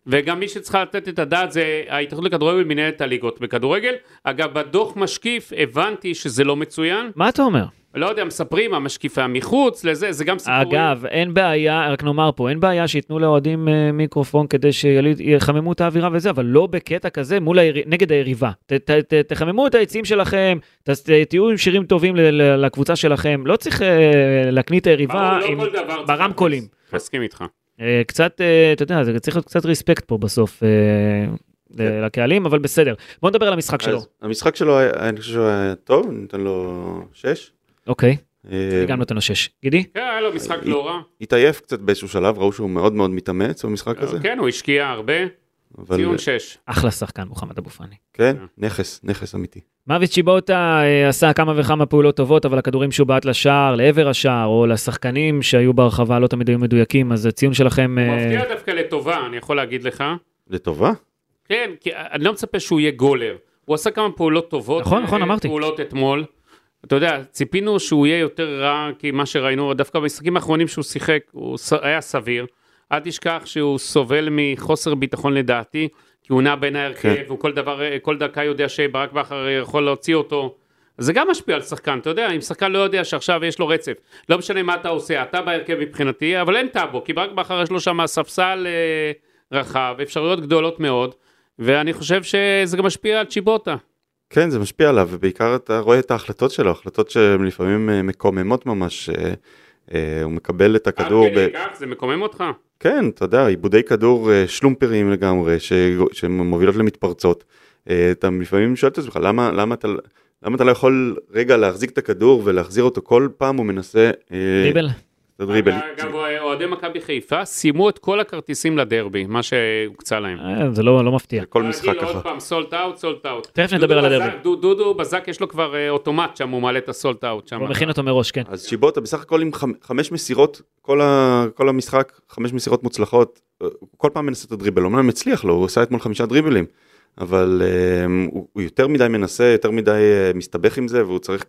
וגם מי שצריכה לתת את הדעת זה ההתאחדות לכדורגל מנהלת הליגות בכדורגל. אגב, בדוח משקיף הבנתי שזה לא מצוין. מה אתה אומר? לא יודע, מספרים, המשקיף היה מחוץ לזה, זה גם סיפורים. אגב, אין בעיה, רק נאמר פה, אין בעיה שיתנו לאוהדים מיקרופון כדי שיחממו את האווירה וזה, אבל לא בקטע כזה נגד היריבה. תחממו את היציעים שלכם, תהיו עם שירים טובים לקבוצה שלכם, לא צריך להקנית היריבה ברמקולים. מסכים איתך. קצת, אתה יודע, זה צריך להיות קצת ריספקט פה בסוף לקהלים, אבל בסדר. בוא נדבר על המשחק שלו. המשחק שלו, אני חושב שהוא היה טוב, ניתן לו 6. אוקיי, גם נותן לו 6. גידי? כן, היה לו משחק לא רע. התעייף קצת באיזשהו שלב, ראו שהוא מאוד מאוד מתאמץ במשחק הזה. כן, הוא השקיע הרבה, ציון 6. אחלה שחקן, מוחמד אבו פאני. כן, נכס אמיתי. מוות צ'יבוטה עשה כמה וכמה פעולות טובות, אבל הכדורים שהוא בעט לשער, לעבר השער, או לשחקנים שהיו ברחבה לא תמיד היו מדויקים, אז הציון שלכם... הוא מפתיע דווקא לטובה, אני יכול להגיד לך. לטובה? כן, כי אני לא מצפה שהוא יהיה גולר. הוא עשה כמה פעולות טובות. נכון, אמרתי. פעולות אתמול. אתה יודע, ציפינו שהוא יהיה יותר רע, כי מה שראינו, דווקא במשחקים האחרונים שהוא שיחק, הוא היה סביר. אל תשכח שהוא סובל מחוסר ביטחון לדעתי, כי הוא נע בין ההרכב, והוא כל דקה יודע שברק בכר יכול להוציא אותו. זה גם משפיע על שחקן, אתה יודע, אם שחקן לא יודע שעכשיו יש לו רצף, לא משנה מה אתה עושה, אתה בהרכב מבחינתי, אבל אין טאבו, כי ברק בכר יש לו שם ספסל רחב, אפשרויות גדולות מאוד, ואני חושב שזה גם משפיע על צ'יבוטה. כן, זה משפיע עליו, ובעיקר אתה רואה את ההחלטות שלו, החלטות שהן לפעמים מקוממות ממש, הוא מקבל את הכדור... זה מקומם אותך? כן, אתה יודע, עיבודי כדור שלומפריים לגמרי, שמובילות למתפרצות. אתה לפעמים שואל את עצמך, למה אתה לא יכול רגע להחזיק את הכדור ולהחזיר אותו כל פעם הוא מנסה... דריבל. אגב, אוהדי מכבי חיפה סיימו את כל הכרטיסים לדרבי, מה שהוקצה להם. זה לא מפתיע. כל משחק ככה. עוד פעם, סולט אאוט. תכף נדבר על הדרבי. דודו בזק יש לו כבר אוטומט שם, הוא מעלה את הסולט אאוט. הוא מכין אותו מראש, כן. אז צ'יבוטה בסך הכל עם 5 מסירות, כל המשחק, 5 מסירות מוצלחות, כל פעם מנסה את הדריבל, אומנם מצליח לו, הוא עושה אתמול 5 דריבלים, אבל הוא יותר מדי מנסה, יותר מדי מסתבך עם זה, והוא צריך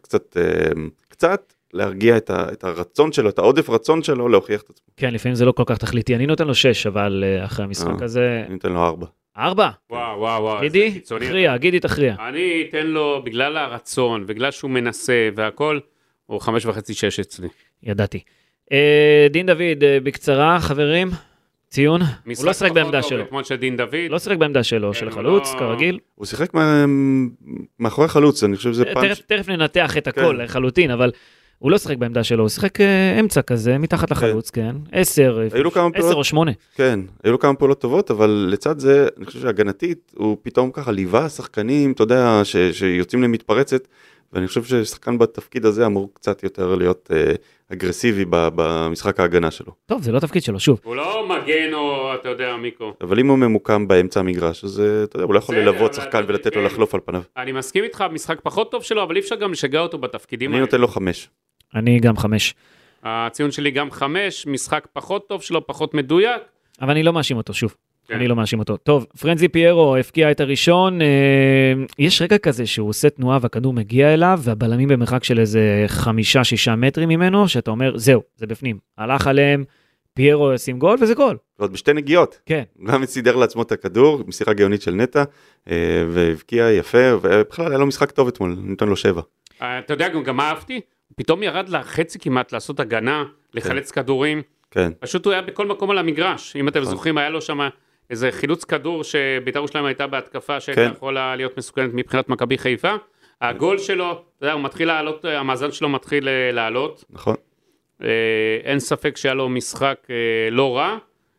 קצת להרגיע את הרצון שלו, את העודף רצון שלו, להוכיח את עצמו. כן, לפעמים זה לא כל כך תכליתי. אני נותן לו 6, אבל אחרי המשחק הזה... אני נותן לו 4. 4? וואו, גידי, תכריע, גידי תכריע. אני אתן לו, בגלל הרצון, בגלל שהוא מנסה והכל, הוא 5.5-6 אצלי. ידעתי. דין דוד, בקצרה, חברים, ציון. הוא לא שחק בעמדה שלו. כמו שדין דוד. לא שחק בעמדה שלו, של חלוץ, כרגיל. הוא שיחק מאחורי חלוץ, אני חושב שזה פעם... תכף ננתח את הכל, לחלוטין, אבל... הוא לא שחק בעמדה שלו, הוא שחק אמצע כזה, מתחת לחלוץ, כן. 10 או 8. כן, היו לו כמה פעולות טובות, אבל לצד זה, אני חושב שהגנתית, הוא פתאום ככה ליווה שחקנים, אתה יודע, שיוצאים למתפרצת, ואני חושב ששחקן בתפקיד הזה אמור קצת יותר להיות אגרסיבי במשחק ההגנה שלו. טוב, זה לא תפקיד שלו, שוב. הוא לא מגן או, אתה יודע, מיקו. אבל אם הוא ממוקם באמצע המגרש, אז אתה יודע, הוא לא יכול ללוות שחקן ולתת לו לחלוף על פניו. אני מסכים איתך, משחק פחות טוב שלו, אבל אי אפשר גם לשגע אותו בתפקידים אני נותן לו 5. אני גם 5. הציון שלי גם 5, משחק פחות טוב שלו, פחות מדויק. אבל אני לא מאשים אותו, שוב. אני לא מאשים אותו. טוב, פרנזי פיירו הפקיע את הראשון, יש רגע כזה שהוא עושה תנועה והכדור מגיע אליו, והבלמים במרחק של איזה 5-6 מטרים ממנו, שאתה אומר, זהו, זה בפנים. הלך עליהם, פיירו ישים גול, וזה גול. ועוד בשתי נגיעות. כן. גם סידר לעצמו את הכדור, מסירה גאונית של נטע, והבקיע יפה, ובכלל היה לו משחק טוב אתמול, ניתן לו 7. אתה יודע, גם אהבתי, פתאום ירד לחצי כמעט לעשות הגנה, לחלץ כדורים. כן. פשוט הוא היה בכל מקום על המגרש. אם אתם זוכרים, היה לו שם איזה חילוץ כדור שבית"ר ירושלים הייתה בהתקפה שהייתה יכולה להיות מסוכנת מבחינת מכבי חיפה. הגול שלו, אתה יודע, הוא מתחיל לעלות, המאזן שלו מתחיל לעלות. נכון. אין ספק שהיה לו משחק לא רע.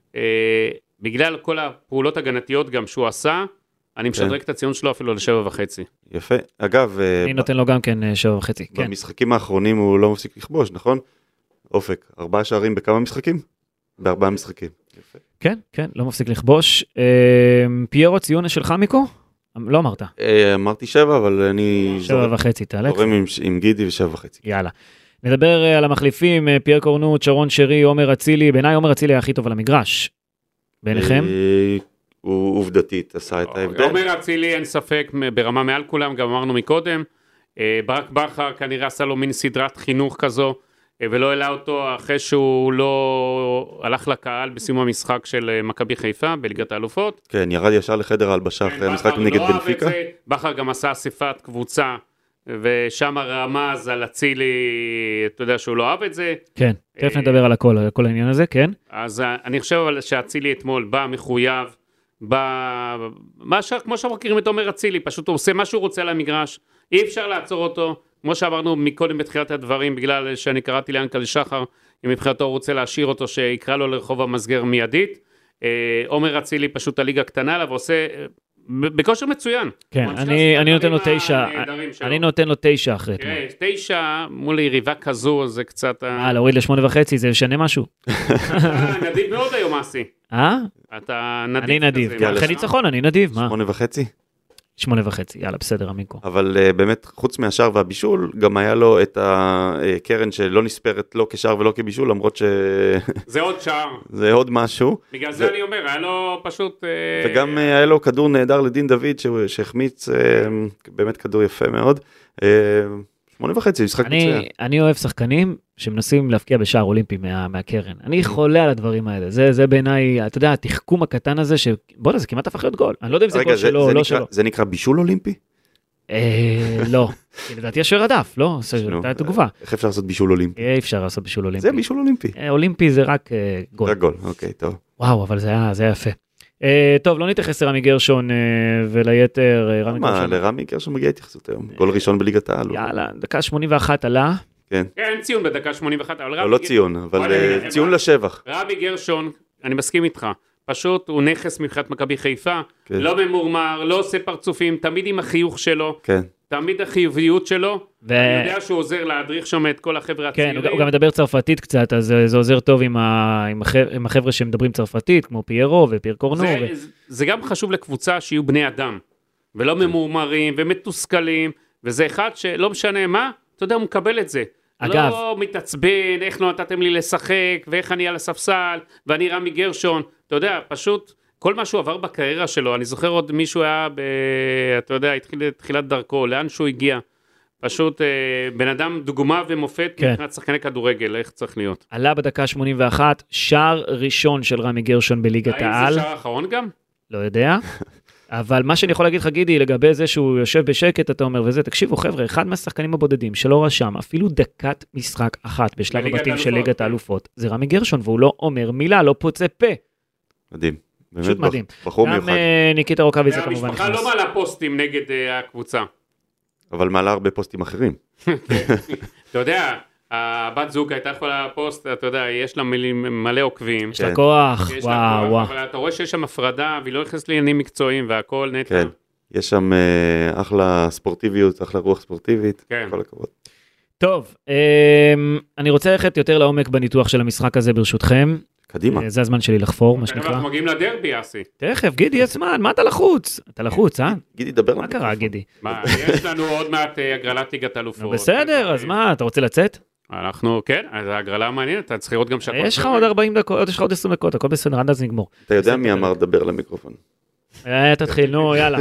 בגלל כל הפעולות הגנתיות גם שהוא עשה, אני משדרג את הציון שלו אפילו ל7.5. יפה. אגב... אני נותן לו גם כן 7.5. במשחקים האחרונים הוא לא מפסיק לכבוש, נכון? אופק, 4 שערים בכמה משחקים? ב4 משחקים. יפה. כן, כן, לא מפסיק לכבוש. פיירו, ציון שלך מיקו? לא אמרת. אמרתי 7, אבל אני... 7.5, תעלה. זורם עם גידי ו7.5. יאללה. נדבר על המחליפים, פייר קורנות, שרון שרי, עומר אצילי. בעיניי עומר אצילי היה הכי טוב על המגרש. בעיניכם? הוא עובדתית עשה את ההבדל. עומר אצילי אין ספק ברמה מעל כולם, גם אמרנו מקודם. ברק בכר כנראה עשה לו מין סדרת חינוך כזו. ולא העלה אותו אחרי שהוא לא הלך לקהל בסיום המשחק של מכבי חיפה בליגת האלופות. כן, ירד ישר לחדר ההלבשה אחרי המשחק נגד בנפיקה. בכר גם עשה אספת קבוצה, ושם רמז על אצילי, אתה יודע שהוא לא אוהב את זה. כן, תכף נדבר על כל העניין הזה, כן. אז אני חושב שאצילי אתמול בא מחויב, כמו שאנחנו מכירים את עומר אצילי, פשוט הוא עושה מה שהוא רוצה על המגרש, אי אפשר לעצור אותו, כמו שאמרנו מקודם בתחילת הדברים, בגלל שאני קראתי לאנקל שחר, אם מבחינתו הוא רוצה להשאיר אותו, שיקרא לו לרחוב המסגר מיידית, עומר אצילי פשוט הליגה קטנה לה, ועושה בכושר מצוין. כן, אני נותן לו 9, אני נותן לו 9 אחרי אתמול. 9 מול יריבה כזו, זה קצת... להוריד ל8.5, זה משנה משהו. נדיב מאוד היום, אסי. אתה נדיב. אני נדיב, אחרי ניצחון, אני נדיב, מה? 8.5? 8.5, יאללה, בסדר, אמינקו. אבל באמת, חוץ מהשאר והבישול, גם היה לו את הקרן שלא נספרת לא כשאר ולא כבישול, למרות ש... זה עוד שער. זה עוד משהו. בגלל זה אני אומר, היה לו פשוט... וגם היה לו כדור נהדר לדין דוד, שהחמיץ באמת כדור יפה מאוד. 8.5, משחק מצוין. אני אוהב שחקנים שמנסים להפקיע בשער אולימפי מהקרן. אני חולה על הדברים האלה. זה בעיניי, אתה יודע, התחכום הקטן הזה, בוא'נה, זה כמעט הפך להיות גול. אני לא יודע אם זה גול שלו או לא שלו. זה נקרא בישול אולימפי? לא. לדעתי יש רדף, לא? זה תגובה. איך אפשר לעשות בישול אולימפי? אי אפשר לעשות בישול אולימפי. זה בישול אולימפי. אולימפי זה רק גול. רק גול, אוקיי, טוב. וואו, אבל זה היה יפה. טוב, לא נתייחס לרמי גרשון וליתר רמי גרשון. לרמי גרשון מגיע התייחסות היום. גול ראשון בליגת העל. יאללה, דקה 81 עלה. כן. אין ציון בדקה 81. לא ציון, אבל ציון לשבח. רמי גרשון, אני מסכים איתך. פשוט הוא נכס מבחינת מכבי חיפה. לא ממורמר, לא עושה פרצופים, תמיד עם החיוך שלו. כן. תמיד החיוביות שלו, אני יודע שהוא עוזר להדריך שם את כל החבר'ה הצעירים. כן, הוא גם מדבר צרפתית קצת, אז זה עוזר טוב עם החבר'ה שמדברים צרפתית, כמו פיירו ופיר קורנו. זה גם חשוב לקבוצה שיהיו בני אדם, ולא ממורמרים ומתוסכלים, וזה אחד שלא משנה מה, אתה יודע, הוא מקבל את זה. אגב, לא מתעצבן, איך לא נתתם לי לשחק, ואיך אני על הספסל, ואני רמי גרשון, אתה יודע, פשוט... כל מה שהוא עבר בקריירה שלו, אני זוכר עוד מישהו היה, אתה יודע, התחיל תחילת דרכו, לאן שהוא הגיע. פשוט בן אדם דוגמה ומופת מבחינת שחקני כדורגל, איך צריך להיות. עלה בדקה 81, שער ראשון של רמי גרשון בליגת העל. זה שער האחרון גם? לא יודע. אבל מה שאני יכול להגיד לך, גידי, לגבי זה שהוא יושב בשקט, אתה אומר, וזה, תקשיבו, חבר'ה, אחד מהשחקנים הבודדים שלא רשם, אפילו דקת משחק אחת בשלב הבתים של ליגת האלופות, זה רמי גרשון, והוא לא אומר מילה, לא פוצה פה. מדהים. פשוט מדהים. בחור מיוחד. גם ניקיטה רוקאביצה כמובן. המשפחה לא מעלה פוסטים נגד הקבוצה. אבל מעלה הרבה פוסטים אחרים. אתה יודע, הבת זוג הייתה יכולה פוסט, אתה יודע, יש לה מלא עוקבים. יש לה כוח, וואו. אבל אתה רואה שיש שם הפרדה, והיא לא נכנסת לעניינים מקצועיים, והכל נטע. כן, יש שם אחלה ספורטיביות, אחלה רוח ספורטיבית. כן. כל הכבוד. טוב, אני רוצה ללכת יותר לעומק בניתוח של המשחק הזה ברשותכם. קדימה. זה הזמן שלי לחפור, מה שנקרא. אנחנו מגיעים לדרבי, אסי. תכף, גידי, יש זמן, מה אתה לחוץ? אתה לחוץ, גידי, דבר. מה קרה, גידי? יש לנו עוד מעט הגרלת ליגת אלופות. בסדר, אז מה, אתה רוצה לצאת? אנחנו, כן, אז ההגרלה מעניינת, אתה צריך לראות גם שהכל... יש לך עוד 40 דקות, יש לך עוד 20 דקות, הכל בסדר, עד אז נגמור. אתה יודע מי אמר לדבר למיקרופון. תתחיל, נו, יאללה.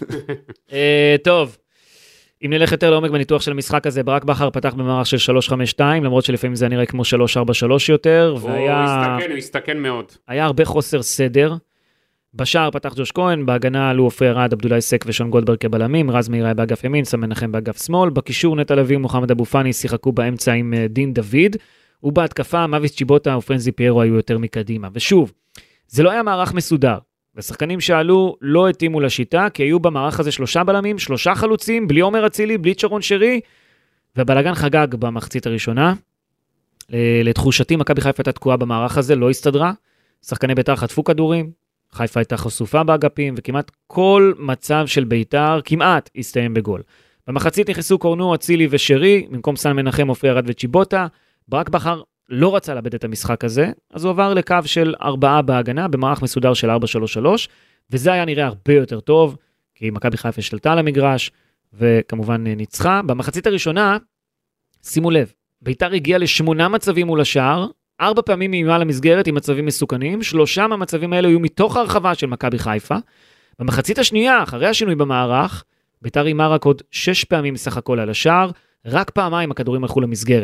טוב. אם נלך יותר לעומק בניתוח של המשחק הזה, ברק בכר פתח במערך של 3-5-2, למרות שלפעמים זה נראה כמו 3-4-3 יותר, הוא הסתכן מאוד. היה הרבה חוסר סדר. בשער פתח ג'וש כהן, בהגנה עלו עופרי ארד, עבדולאי סק ושון גולדברג כבלמים, רז מאירה באגף ימין, סמן מנחם באגף שמאל, בקישור נטע לביא ומוחמד אבו פאני שיחקו באמצע עם דין דוד, ובהתקפה מוויס צ'יבוטה ופרנזי פיירו היו יותר מקדימה. ושוב, זה לא היה מערך מסודר. והשחקנים שעלו לא התאימו לשיטה, כי היו במערך הזה 3 בלמים, 3 חלוצים, בלי עומר אצילי, בלי צ'רון שרי, והבלגן חגג במחצית הראשונה. לתחושתי, מכבי חיפה הייתה תקועה במערך הזה, לא הסתדרה. שחקני בית"ר חטפו כדורים, חיפה הייתה חשופה באגפים, וכמעט כל מצב של בית"ר כמעט הסתיים בגול. במחצית נכנסו קורנו, אצילי ושרי, במקום סן מנחם, עופרי ארד וצ'יבוטה. ברק בכר לא רצה לאבד את המשחק הזה, אז הוא עבר לקו של 4 בהגנה, במערך מסודר של 4-3-3, וזה היה נראה הרבה יותר טוב, כי מכבי חיפה שלטה על המגרש, וכמובן ניצחה. במחצית הראשונה, שימו לב, בית"ר הגיע ל8 מצבים מול השער, 4 פעמים מימה למסגרת עם מצבים מסוכנים, 3 מהמצבים האלה היו מתוך הרחבה של מכבי חיפה. במחצית השנייה, אחרי השינוי במערך, בית"ר אימה רק עוד 6 פעמים מסך הכל על השער, רק פעמיים הכדורים הלכו למסגרת.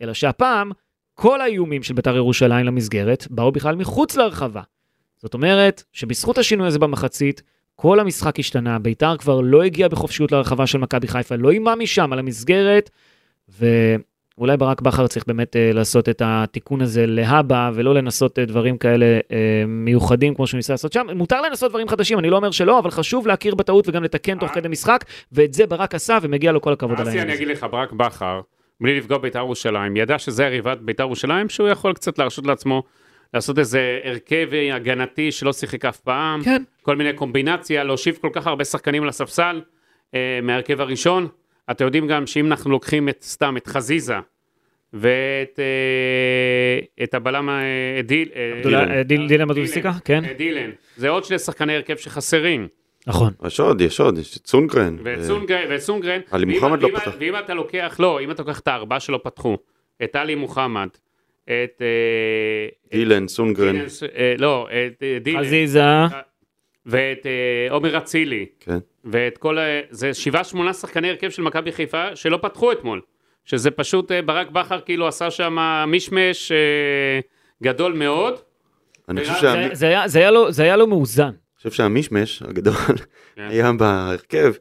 אלא שהפעם, כל האיומים של בית"ר ירושלים למסגרת, באו בכלל מחוץ לרחבה. זאת אומרת, שבזכות השינוי הזה במחצית, כל המשחק השתנה, בית"ר כבר לא הגיע בחופשיות לרחבה של מכבי חיפה, לא אימה משם על המסגרת, ואולי ברק בכר צריך באמת לעשות את התיקון הזה להבא, ולא לנסות דברים כאלה מיוחדים כמו שהוא ניסה לעשות שם. מותר לנסות דברים חדשים, אני לא אומר שלא, אבל חשוב להכיר בטעות וגם לתקן תוך כדי משחק, ואת זה ברק עשה ומגיע לו כל הכבוד על העניין הזה. אני אגיד לך, ברק בכר, בלי לפגוע בית"ר ירושלים, ידע שזה יריבת בית"ר ירושלים, שהוא יכול קצת להרשות לעצמו, לעשות איזה הרכב הגנתי שלא שיחק אף פעם, כן. כל מיני קומבינציה, להושיב כל כך הרבה שחקנים לספסל, מהרכב הראשון. אתם יודעים גם שאם אנחנו לוקחים את חזיזה, ואת הבלם דילן מדויסיקה, כן. דילן, זה עוד שני שחקני הרכב שחסרים. נכון. יש עוד, יש את סונגרן. וסונגרן. עלי מוחמד לא פתח. ואם אתה לוקח, לא, אם אתה לוקח את הארבעה שלא פתחו, את עלי מוחמד, את דילן, סונגרן. לא, את דילן. חזיזה. ואת עומר אצילי. כן. ואת כל, זה 7-8 שחקני הרכב של מכבי חיפה שלא פתחו אתמול. שזה פשוט ברק בכר כאילו עשה שם משמש גדול מאוד. אני חושב זה היה לו מאוזן. אני חושב שהמשמש הגדול היה בהרכב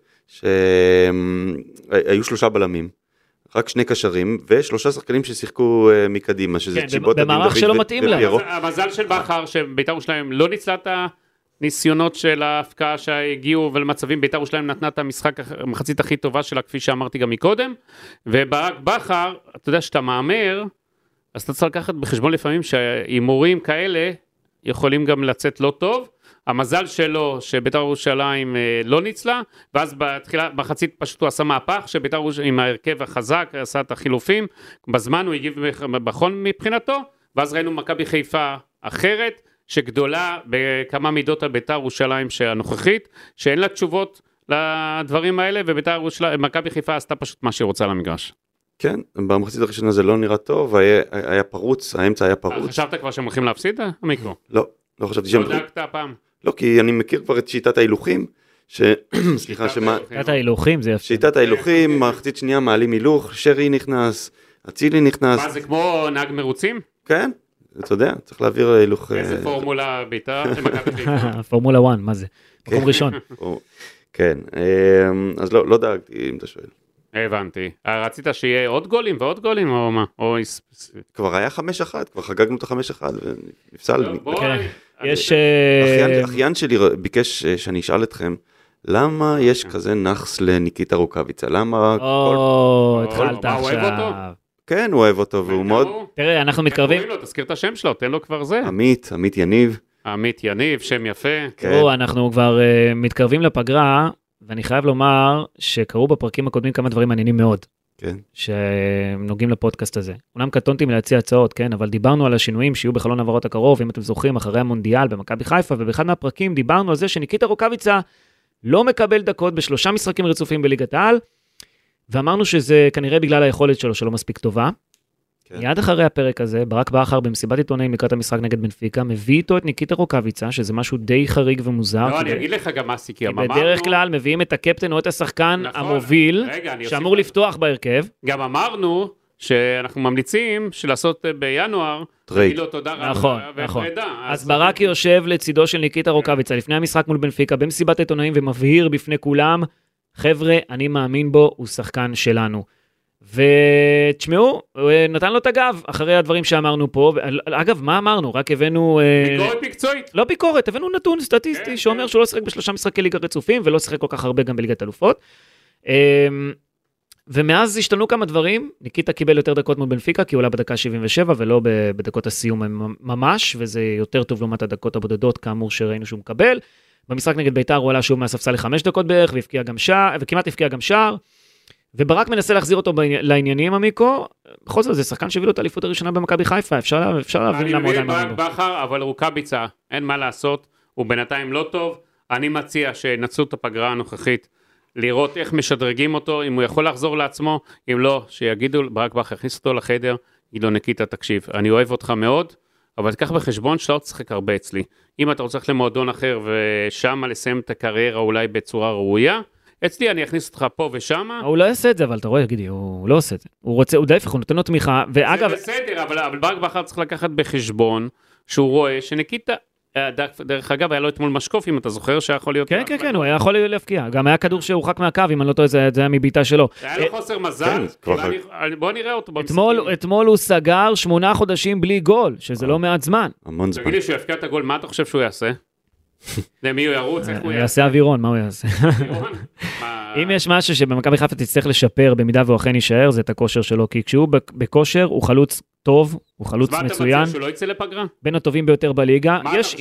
שהיו 3 בלמים, רק 2 קשרים ו3 שחקנים ששיחקו מקדימה, שזה צ'יבוט, במערך שלא מתאים להם. המזל של בכר שבית"ר ירושלים לא ניצלה את הניסיונות של ההפקעה שהגיעו ולמצבים, בית"ר ירושלים נתנה את המחצית הכי טובה שלה, כפי שאמרתי גם מקודם, וברק בכר, אתה יודע שאתה מאמר, אז אתה צריך לקחת בחשבון לפעמים שהאימורים כאלה יכולים גם לצאת לא טוב. המזל שלו שבית"ר ירושלים לא ניצלה, ואז בחצית פשוט הוא עשה מהפך, שבית"ר ירושלים עם ההרכב החזק עשה את החילופים, בזמן הוא הגיב בחון מבחינתו, ואז ראינו מכבי חיפה אחרת, שגדולה בכמה מידות על בית"ר ירושלים הנוכחית, שאין לה תשובות לדברים האלה, ובית"ר ירושלים, מכבי חיפה עשתה פשוט מה שהיא רוצה למגרש. כן, במחצית הראשונה זה לא נראה טוב, היה פרוץ, האמצע היה פרוץ. חשבת כבר שהם הולכים להפסיד, המיקרו? לא חשבתי שהם... לא דאגת הפעם? לא, כי אני מכיר כבר את שיטת ההילוכים, סליחה, שיטת ההילוכים, זה יפה. שיטת ההילוכים, מחצית שנייה מעלים הילוך, שרי נכנס, אצילי נכנס. מה, זה כמו נהג מרוצים? כן, אתה יודע, צריך להעביר הילוך... איזה פורמולה בית"ר? פורמולה 1, מה זה? מקום ראשון. כן, אז לא דאגתי, אם אתה שואל. הבנתי. רצית שיהיה עוד גולים ועוד גולים או מה? כבר היה 5-1, כבר חגגנו את ה-5-1 ונפסל. יש... אחיין שלי ביקש שאני אשאל אתכם, למה יש כזה נחס לניקיטה רוקאביצה? למה... התחלת עכשיו. הוא אוהב אותו? כן, הוא אוהב אותו והוא מאוד... תראה, אנחנו מתקרבים... תזכיר את השם שלו, תן לו כבר זה. עמית יניב. עמית יניב, שם יפה. תראו, אנחנו כבר מתקרבים לפגרה, ואני חייב לומר שקראו בפרקים הקודמים כמה דברים מעניינים מאוד. כן. שנוגעים לפודקאסט הזה. אומנם קטונתי מלהציע הצעות, כן, אבל דיברנו על השינויים שיהיו בחלון העברות הקרוב, אם אתם זוכרים, אחרי המונדיאל במכבי חיפה, ובאחד מהפרקים דיברנו על זה שניקיטה רוקאביצה לא מקבל דקות ב3 משחקים רצופים בליגת העל, ואמרנו שזה כנראה בגלל היכולת שלו שלא מספיק טובה. מיד אחרי הפרק הזה, ברק בכר במסיבת עיתונאים לקראת המשחק נגד בנפיקה, מביא איתו את ניקיטה רוקאביצה, שזה משהו די חריג ומוזר. לא, אני אגיד לך גם מה סיכי. בדרך כלל מביאים את הקפטן או את השחקן המוביל, שאמור לפתוח בהרכב. גם אמרנו שאנחנו ממליצים שלעשות בינואר, תגיד לו תודה רבה. נכון. אז ברק יושב לצידו של ניקיטה רוקאביצה, לפני המשחק מול בנפיקה, במסיבת עיתונאים ומבהיר בפני כולם, חבר'ה, אני מאמין בו, הוא שחקן שלנו. ותשמעו, הוא נתן לו את הגב אחרי הדברים שאמרנו פה. אגב, מה אמרנו? רק הבאנו... ביקורת מקצועית. לא ביקורת, הבאנו נתון סטטיסטי שאומר שהוא לא שחק ב3 משחקי ליגה רצופים, ולא שחק כל כך הרבה גם בליגת אלופות. ומאז השתנו כמה דברים. ניקיטה קיבל יותר דקות מול בנפיקה, כי הוא עולה בדקה 77, ולא בדקות הסיום ממש, וזה יותר טוב לעומת הדקות הבודדות, כאמור שראינו שהוא מקבל. במשחק נגד בית"ר הוא עלה שוב מהספסל ל5 דקות בערך, וכמעט הפקיע גם שער. וברק מנסה להחזיר אותו לעניינים, עמיקו. בכל זאת, זה שחקן שהביא לו את האליפות הראשונה במכבי חיפה, אפשר להבין למה עוד אני מבין בכר, אבל רוקאביצה, אין מה לעשות, הוא בינתיים לא טוב. אני מציע שנצאו את הפגרה הנוכחית, לראות איך משדרגים אותו, אם הוא יכול לחזור לעצמו, אם לא, שיגידו, ברק בכר יכניס אותו לחדר, יגיד לו ניקיטה, תקשיב, אני אוהב אותך מאוד, אבל תקח בחשבון שאתה לא תשחק הרבה אצלי. אם אתה רוצה למועדון אחר ושם לסיים את הקריירה אולי בצורה ראויה, אצלי אני אכניס אותך פה ושמה. הוא לא יעשה את זה, אבל אתה רואה, גידי, הוא לא עושה את זה. הוא רוצה, הוא דייפך, הוא נותן לו תמיכה, ואגב... זה בסדר, אבל ברק בכר צריך לקחת בחשבון, שהוא רואה שניקיטה, דרך אגב, היה לו אתמול משקוף, אם אתה זוכר, שיכול להיות... כן, כן, כן, הוא היה יכול להפקיע. גם היה כדור שהורחק מהקו, אם אני לא טועה, זה היה מביתה שלו. היה לו חוסר מזל, בוא נראה אותו במשחקים. אתמול הוא סגר 8 חודשים בלי גול, שזה לא מעט זמן. המון זמן. תגיד לי שהוא יפקיע את הגול, מה אתה חושב שהוא יעשה? למי הוא ירוץ? איך הוא יעשה אווירון, מה הוא יעשה? אם יש משהו שבמכבי חיפה תצטרך לשפר במידה והוא אכן יישאר, זה את הכושר שלו, כי כשהוא בכושר הוא חלוץ טוב, הוא חלוץ מצוין. אז מה אתה מציע, שהוא לא יצא לפגרה? בין הטובים ביותר בליגה.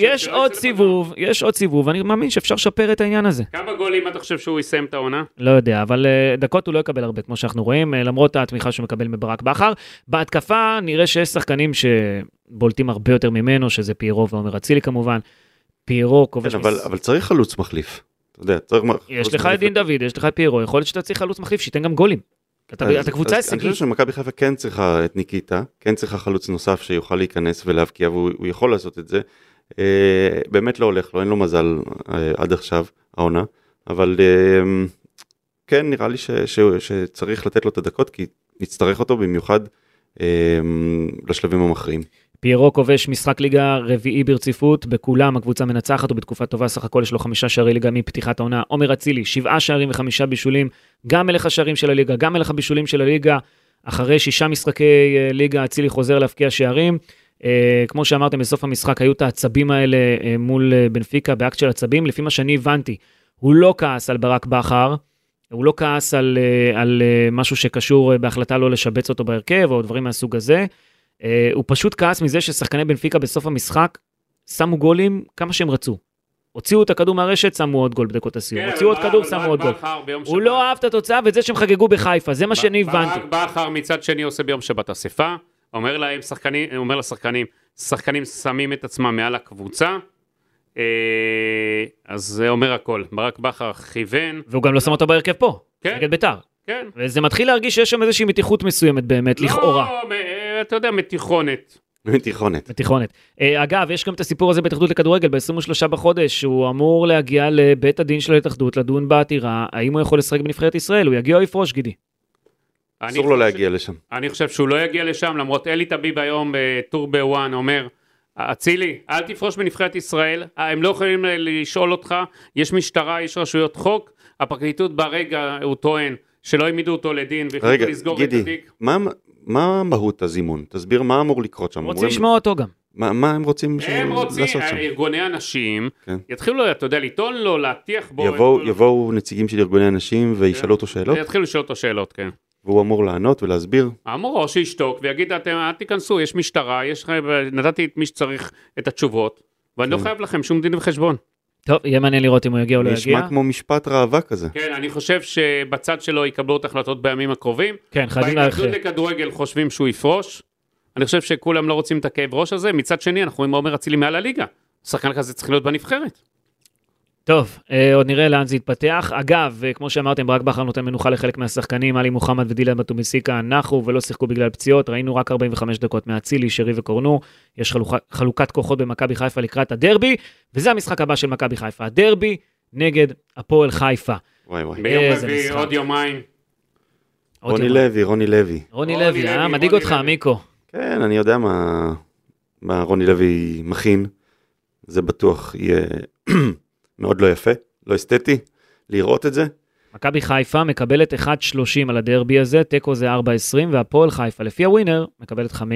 יש עוד סיבוב, ואני מאמין שאפשר לשפר את העניין הזה. כמה גולים אתה חושב שהוא יסיים את העונה? לא יודע, אבל דקות הוא לא יקבל הרבה, כמו שאנחנו רואים, למרות התמיכה שהוא מקבל מברק בכר. בהתקפה נראה שיש שחקנים שבולטים הרבה יותר ממנו, שזה פיירו ועומר אצילי כמובן. פיירו כובש... אבל צריך חלוץ מחליף. אתה יודע, צריך... יש לך את דין דוד, יש לך את פיירו, יכול להיות שאתה צריך חלוץ מחליף, שייתן גם גולים. אתה קבוצה הישגית. אני חושב שמכבי חיפה כן צריכה את ניקיטה, כן צריכה חלוץ נוסף שיוכל להיכנס ולהבקיע, והוא יכול לעשות את זה. באמת לא הולך לו, אין לו מזל עד עכשיו, העונה, אבל כן נראה לי שצריך לתת לו את הדקות, כי נצטרך אותו במיוחד לשלבים המכריעים. פיירו כובש משחק ליגה רביעי ברציפות, בכולם הקבוצה מנצחת, ובתקופה טובה סך הכל יש לו 5 שערי ליגה מפתיחת העונה. עומר אצילי, 7 שערים ו5 בישולים, גם מלך השערים של הליגה, גם מלך הבישולים של הליגה, אחרי 6 משחקי ליגה, אצילי חוזר להפקיע שערים. כמו שאמרתם, בסוף המשחק היו את העצבים האלה מול בנפיקה, באקט של עצבים, לפי מה שאני הבנתי, הוא לא כעס על ברק בכר, הוא לא כעס על משהו שקשור בהחלטה לא לשבץ אותו בהרכב, או דברים מהסוג הזה. הוא פשוט כעס מזה ששחקני בנפיקה בסוף המשחק שמו גולים כמה שהם רצו. הוציאו את הכדור מהרשת, שמו עוד גול בדקות הסיום. הוציאו עוד כדור, שמו עוד גול. הוא לא אהב את התוצאה ואת זה שהם חגגו בחיפה, זה מה שאני הבנתי. ברק בכר מצד שני עושה ביום שבת אספה, אומר לשחקנים, שחקנים שמים את עצמם מעל הקבוצה, אז זה אומר הכל. ברק בכר כיוון. והוא גם לא שם אותו בהרכב פה, נגד ביתר. כן. וזה מתחיל להרגיש שיש שם איזושהי מתיחות מסוימת באמת, לכאורה. לא, אתה יודע, מתיכונת. אגב, יש גם את הסיפור הזה בהתאחדות לכדורגל, ב-23 בחודש, הוא אמור להגיע לבית הדין של ההתאחדות, לדון בעתירה, האם הוא יכול לשחק בנבחרת ישראל, הוא יגיע או יפרוש, גידי? אסור לו להגיע לשם. אני חושב שהוא לא יגיע לשם, למרות אלי טביב היום בטור בוואן אומר, אצילי, אל תפרוש בנבחרת ישראל, הם לא יכולים לשאול אותך, יש משטרה, יש רשויות חוק, הפרקליטות ברגע הוא טוען, שלא העמידו אותו לדין, ויכולו לסגור את התיק. מה מהות הזימון? תסביר מה אמור לקרות שם. רוצים לשמוע אותו גם. מה הם רוצים לעשות שם? ארגוני אנשים, יתחילו, אתה יודע, לטעון לו, להטיח בו. יבואו נציגים של ארגוני אנשים וישאלו אותו שאלות? יתחילו לשאול אותו שאלות, כן. והוא אמור לענות ולהסביר? אמור, או שישתוק ויגיד, אתם אל תיכנסו, יש משטרה, נתתי את מי שצריך את התשובות, ואני לא חייב לכם שום דין וחשבון. טוב, יהיה מעניין לראות אם הוא יגיע או לא יגיע. נשמע כמו משפט ראווה כזה. כן, אני חושב שבצד שלו יקבלו את החלטות בימים הקרובים. כן, חייבים להכריע. בהתאחדות לכדורגל חושבים שהוא יפרוש. אני חושב שכולם לא רוצים את הכאב ראש הזה. מצד שני, אנחנו רואים עומר אצילי מעל הליגה. שחקן כזה צריך להיות בנבחרת. טוב, עוד נראה לאן זה יתפתח. אגב, כמו שאמרתם, ברק בכר נותן מנוחה לחלק מהשחקנים, עלי מוחמד ודילן בטומיסיקה נחו ולא שיחקו בגלל פציעות, ראינו רק 45 דקות מאצילי, שרי וקורנו, יש חלוקת כוחות במכבי חיפה לקראת הדרבי, וזה המשחק הבא של מכבי חיפה, הדרבי נגד הפועל חיפה. וואי וואי. ביום רביעי, עוד יומיים. רוני לוי. מדאיג אותך, מיקו. כן, אני יודע מה רוני לוי מכין, זה בטוח יהיה מאוד לא יפה, לא אסתטי, לראות את זה. מכבי חיפה מקבלת 1.30 על הדרבי הזה, טקו זה 4.20, והפועל חיפה, לפי הווינר, מקבלת 5.90.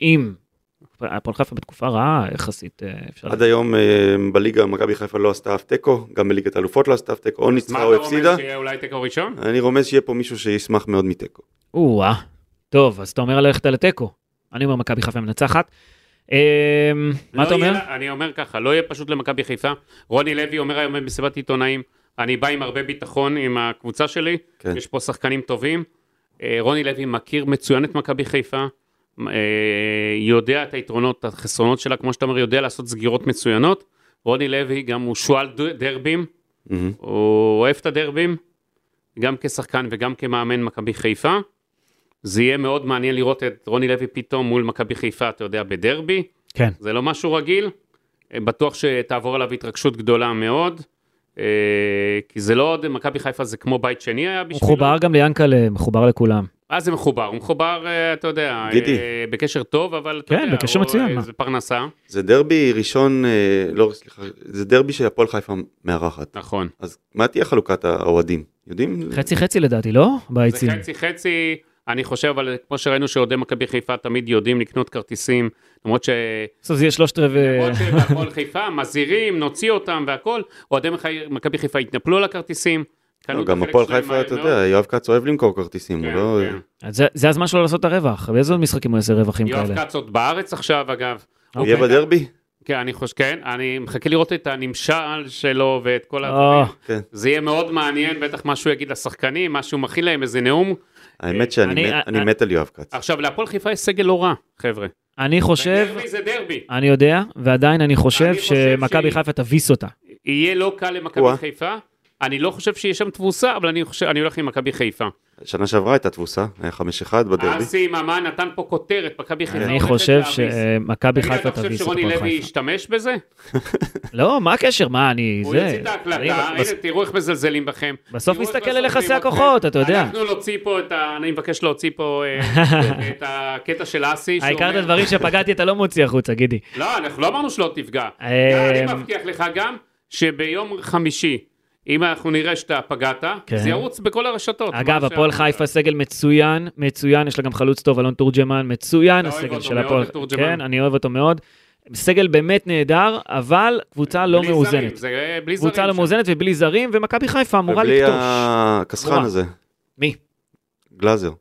הפועל חיפה בתקופה רעה, יחסית אפשר... עד היום בליגה מכבי חיפה לא עשתה אף טקו, גם בליגת האלופות לא עשתה אף טקו, או ניצחה או הפסידה. מה אתה אומר שיהיה אולי טקו ראשון? אני רומז שיהיה פה מישהו שישמח מאוד מטקו. טוב, אז אתה אומר ללכת על הטקו. אני אומר מכבי חיפה מנצחת. מה אתה אומר? אני אומר ככה, לא יהיה פשוט למכבי חיפה. רוני לוי אומר היום בסביבת עיתונאים, אני בא עם הרבה ביטחון עם הקבוצה שלי, יש פה שחקנים טובים. רוני לוי מכיר מצוין את מכבי חיפה, יודע את היתרונות, את החסרונות שלה, כמו שאתה אומר, יודע לעשות סגירות מצוינות. רוני לוי גם הוא שואל דרבים, הוא אוהב את הדרבים, גם כשחקן וגם כמאמן מכבי חיפה. זה יהיה מאוד מעניין לראות את רוני לוי פתאום מול מכבי חיפה, אתה יודע, בדרבי. כן. זה לא משהו רגיל. בטוח שתעבור עליו התרגשות גדולה מאוד. כי זה לא עוד, מכבי חיפה זה כמו בית שני היה בשבילו. הוא מחובר גם ליאנקל'ה, מחובר לכולם. זה מחובר, הוא מחובר, אתה יודע, בקשר טוב, אבל כן, בקשר מצוין. זה פרנסה. זה דרבי ראשון, לא, סליחה, זה דרבי שהפועל חיפה מארחת. נכון. אז מה תהיה חלוקת האוהדים? יודעים? חצי לדעתי, לא? ביציעים. זה חצי, אני חושב, אבל כמו שראינו שאוהדי מכבי חיפה תמיד יודעים לקנות כרטיסים, למרות בסוף זה יהיה 3/4. למרות שבהפועל חיפה, מזהירים, נוציא אותם והכל, אוהדי מכבי חיפה התנפלו על הכרטיסים. גם הפועל חיפה, אתה יודע, יואב קץ אוהב למכור כרטיסים, הוא לא... זה הזמן שלו לעשות את הרווח, באיזה עוד משחקים הוא יעשה רווחים כאלה? יואב קץ עוד בארץ עכשיו, אגב. הוא יהיה בדרבי? כן, אני חושב, כן, אני מחכה לראות את הנמשל שלו ואת כל הדברים. זה יהיה מאוד מעניין, בטח מה שהוא יגיד לשחקנים, מה שהוא מכין להם, איזה נאום. האמת שאני מת על יואב קץ. עכשיו, להפועל חיפה יש סגל לא רע, חבר'ה. אני חושב... דרבי זה דרבי. אני יודע, ועדיין אני חושב שמכבי חיפה תביס אותה. יהיה לא קל למכבי חיפה. אני לא חושב שיש שם תבוסה, אבל אני הולך עם מכבי חיפה. שנה שעברה הייתה תבוסה, היה 5-1 בדרבי. אסי ממן נתן פה כותרת, מכבי חיפה. אני חושב שמכבי חיפה תביס את שרוני לוי ישתמש בזה? לא, מה הקשר? מה אני... הוא יוציא את ההקלטה, הנה תראו איך מזלזלים בכם. בסוף מסתכל על יחסי הכוחות, אתה יודע. אנחנו נוציא פה אני מבקש להוציא פה את הקטע של אסי. העיקר את הדברים שפגעתי אתה לא מוציא החוצה, גידי. לא, אנחנו לא אמרנו שלא תפגע. אני מבטיח לך גם שביום חמישי, אם אנחנו נראה שאתה פגעת, זה ירוץ בכל הרשתות. אגב, הפועל חיפה סגל מצוין, יש לה גם חלוץ טוב, אלון תורג'מן, מצוין הסגל של הפועל. כן, אני אוהב אותו מאוד. סגל באמת נהדר, אבל קבוצה לא מאוזנת. קבוצה לא מאוזנת ובלי זרים, ומכבי חיפה אמורה לקטוש. ובלי הכסחן הזה. מי? גלאזר.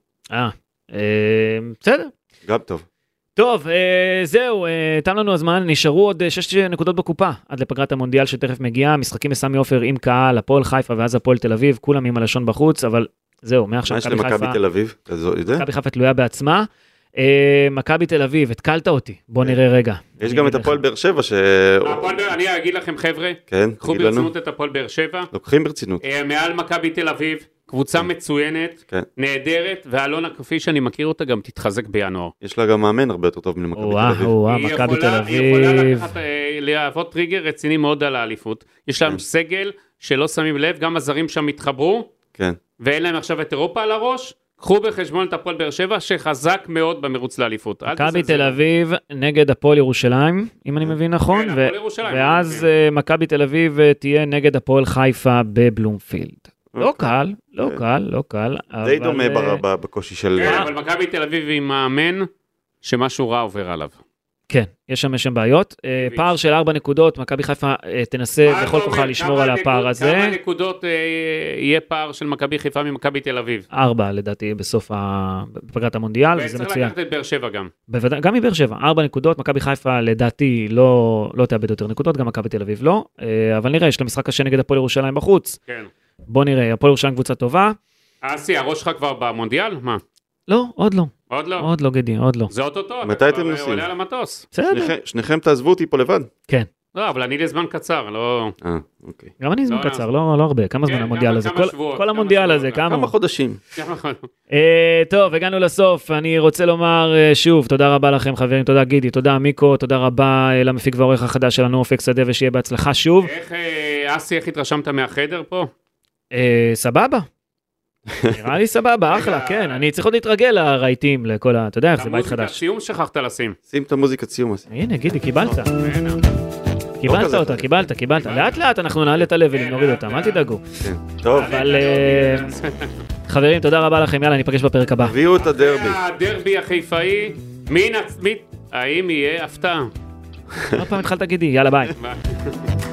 בסדר. גם טוב. טוב, זהו, תם לנו הזמן, נשארו עוד 6 נקודות בקופה, עד לפגרת המונדיאל שתכף מגיעה, משחקים בסמי עופר עם קהל, הפועל חיפה ואז הפועל תל אביב, כולם עם הלשון בחוץ, אבל זהו, מעכשיו מכבי חיפה... מה יש למכבי תל אביב? מכבי חיפה תלויה בעצמה, מכבי תל אביב, התקלת אותי, בוא נראה רגע. יש גם את הפועל באר שבע ש... אני אגיד לכם חבר'ה, קחו ברצינות את הפועל באר שבע. לוקחים ברצינות. מעל מכבי תל אביב. קבוצה מצוינת, נהדרת, ואלונה, כפי שאני מכיר אותה, גם תתחזק בינואר. יש לה גם מאמן הרבה יותר טוב ממכבי תל אביב. מכבי תל אביב. היא יכולה לקחת, להוות טריגר רציני מאוד על האליפות. יש להם סגל שלא שמים לב, גם הזרים שם התחברו, ואין להם עכשיו את אירופה על הראש, קחו בחשבון את הפועל באר שבע, שחזק מאוד במרוץ לאליפות. מכבי תל אביב נגד הפועל ירושלים, אם אני מבין נכון, ואז מכבי תל אביב תהיה נגד הפועל חיפה בבלומפילד. לא קל, לא קל, לא קל. די דומה בקושי של... כן, אבל מכבי תל אביב עם מאמן שמשהו רע עובר עליו. כן, יש שם בעיות. פער של 4 נקודות, מכבי חיפה תנסה בכל כוחה לשמור על הפער הזה. כמה נקודות יהיה פער של מכבי חיפה ממכבי תל אביב? 4 לדעתי בסוף פגרת המונדיאל, וזה מצוין. וצריך לקחת את באר שבע גם. גם מבאר שבע, 4 נקודות, מכבי חיפה לדעתי לא תאבד יותר נקודות, גם מכבי תל אביב לא, אבל נראה, יש לה משחק קשה נגד הפועל ירושלים בחוץ. כן. בוא נראה, הפועל ירושלים קבוצה טובה. אסי, הראש שלך כבר במונדיאל? מה? לא, עוד לא. עוד לא? עוד לא, גידי, עוד לא. זה אוטוטו, מתי אתם כבר נוסעים? עולה על המטוס. בסדר. שניכם תעזבו אותי פה לבד? כן. לא, אבל אני לזמן קצר, לא... אוקיי. גם אני זמן קצר, לא הרבה. כמה זמן המונדיאל הזה? כל המונדיאל הזה, כמה חודשים. טוב, הגענו לסוף. אני רוצה לומר שוב, תודה רבה לכם חברים, תודה גידי, תודה מיקו, תודה רבה למפיק והעורך החדש שלנו, אופק שדה, ושיהיה בהצלחה שוב. אסי, איך התרשמת מהחדר פה? סבבה. נראה לי סבבה, אחלה, כן. אני צריך עוד להתרגל לרהיטים, לכל אתה יודע איך זה בית חדש. המוזיקת סיום שכחת לשים. שים את המוזיקת סיום. הנה, גידי, קיבלת. קיבלת אותה, קיבלת. לאט לאט אנחנו נעלה את הלבלים, נוריד אותם, אל תדאגו. טוב. אבל חברים, תודה רבה לכם, יאללה, ניפגש בפרק הבא. הביאו את הדרבי. הדרבי החיפאי, האם יהיה הפתעה? עוד פעם התחלת גידי, יאללה ביי.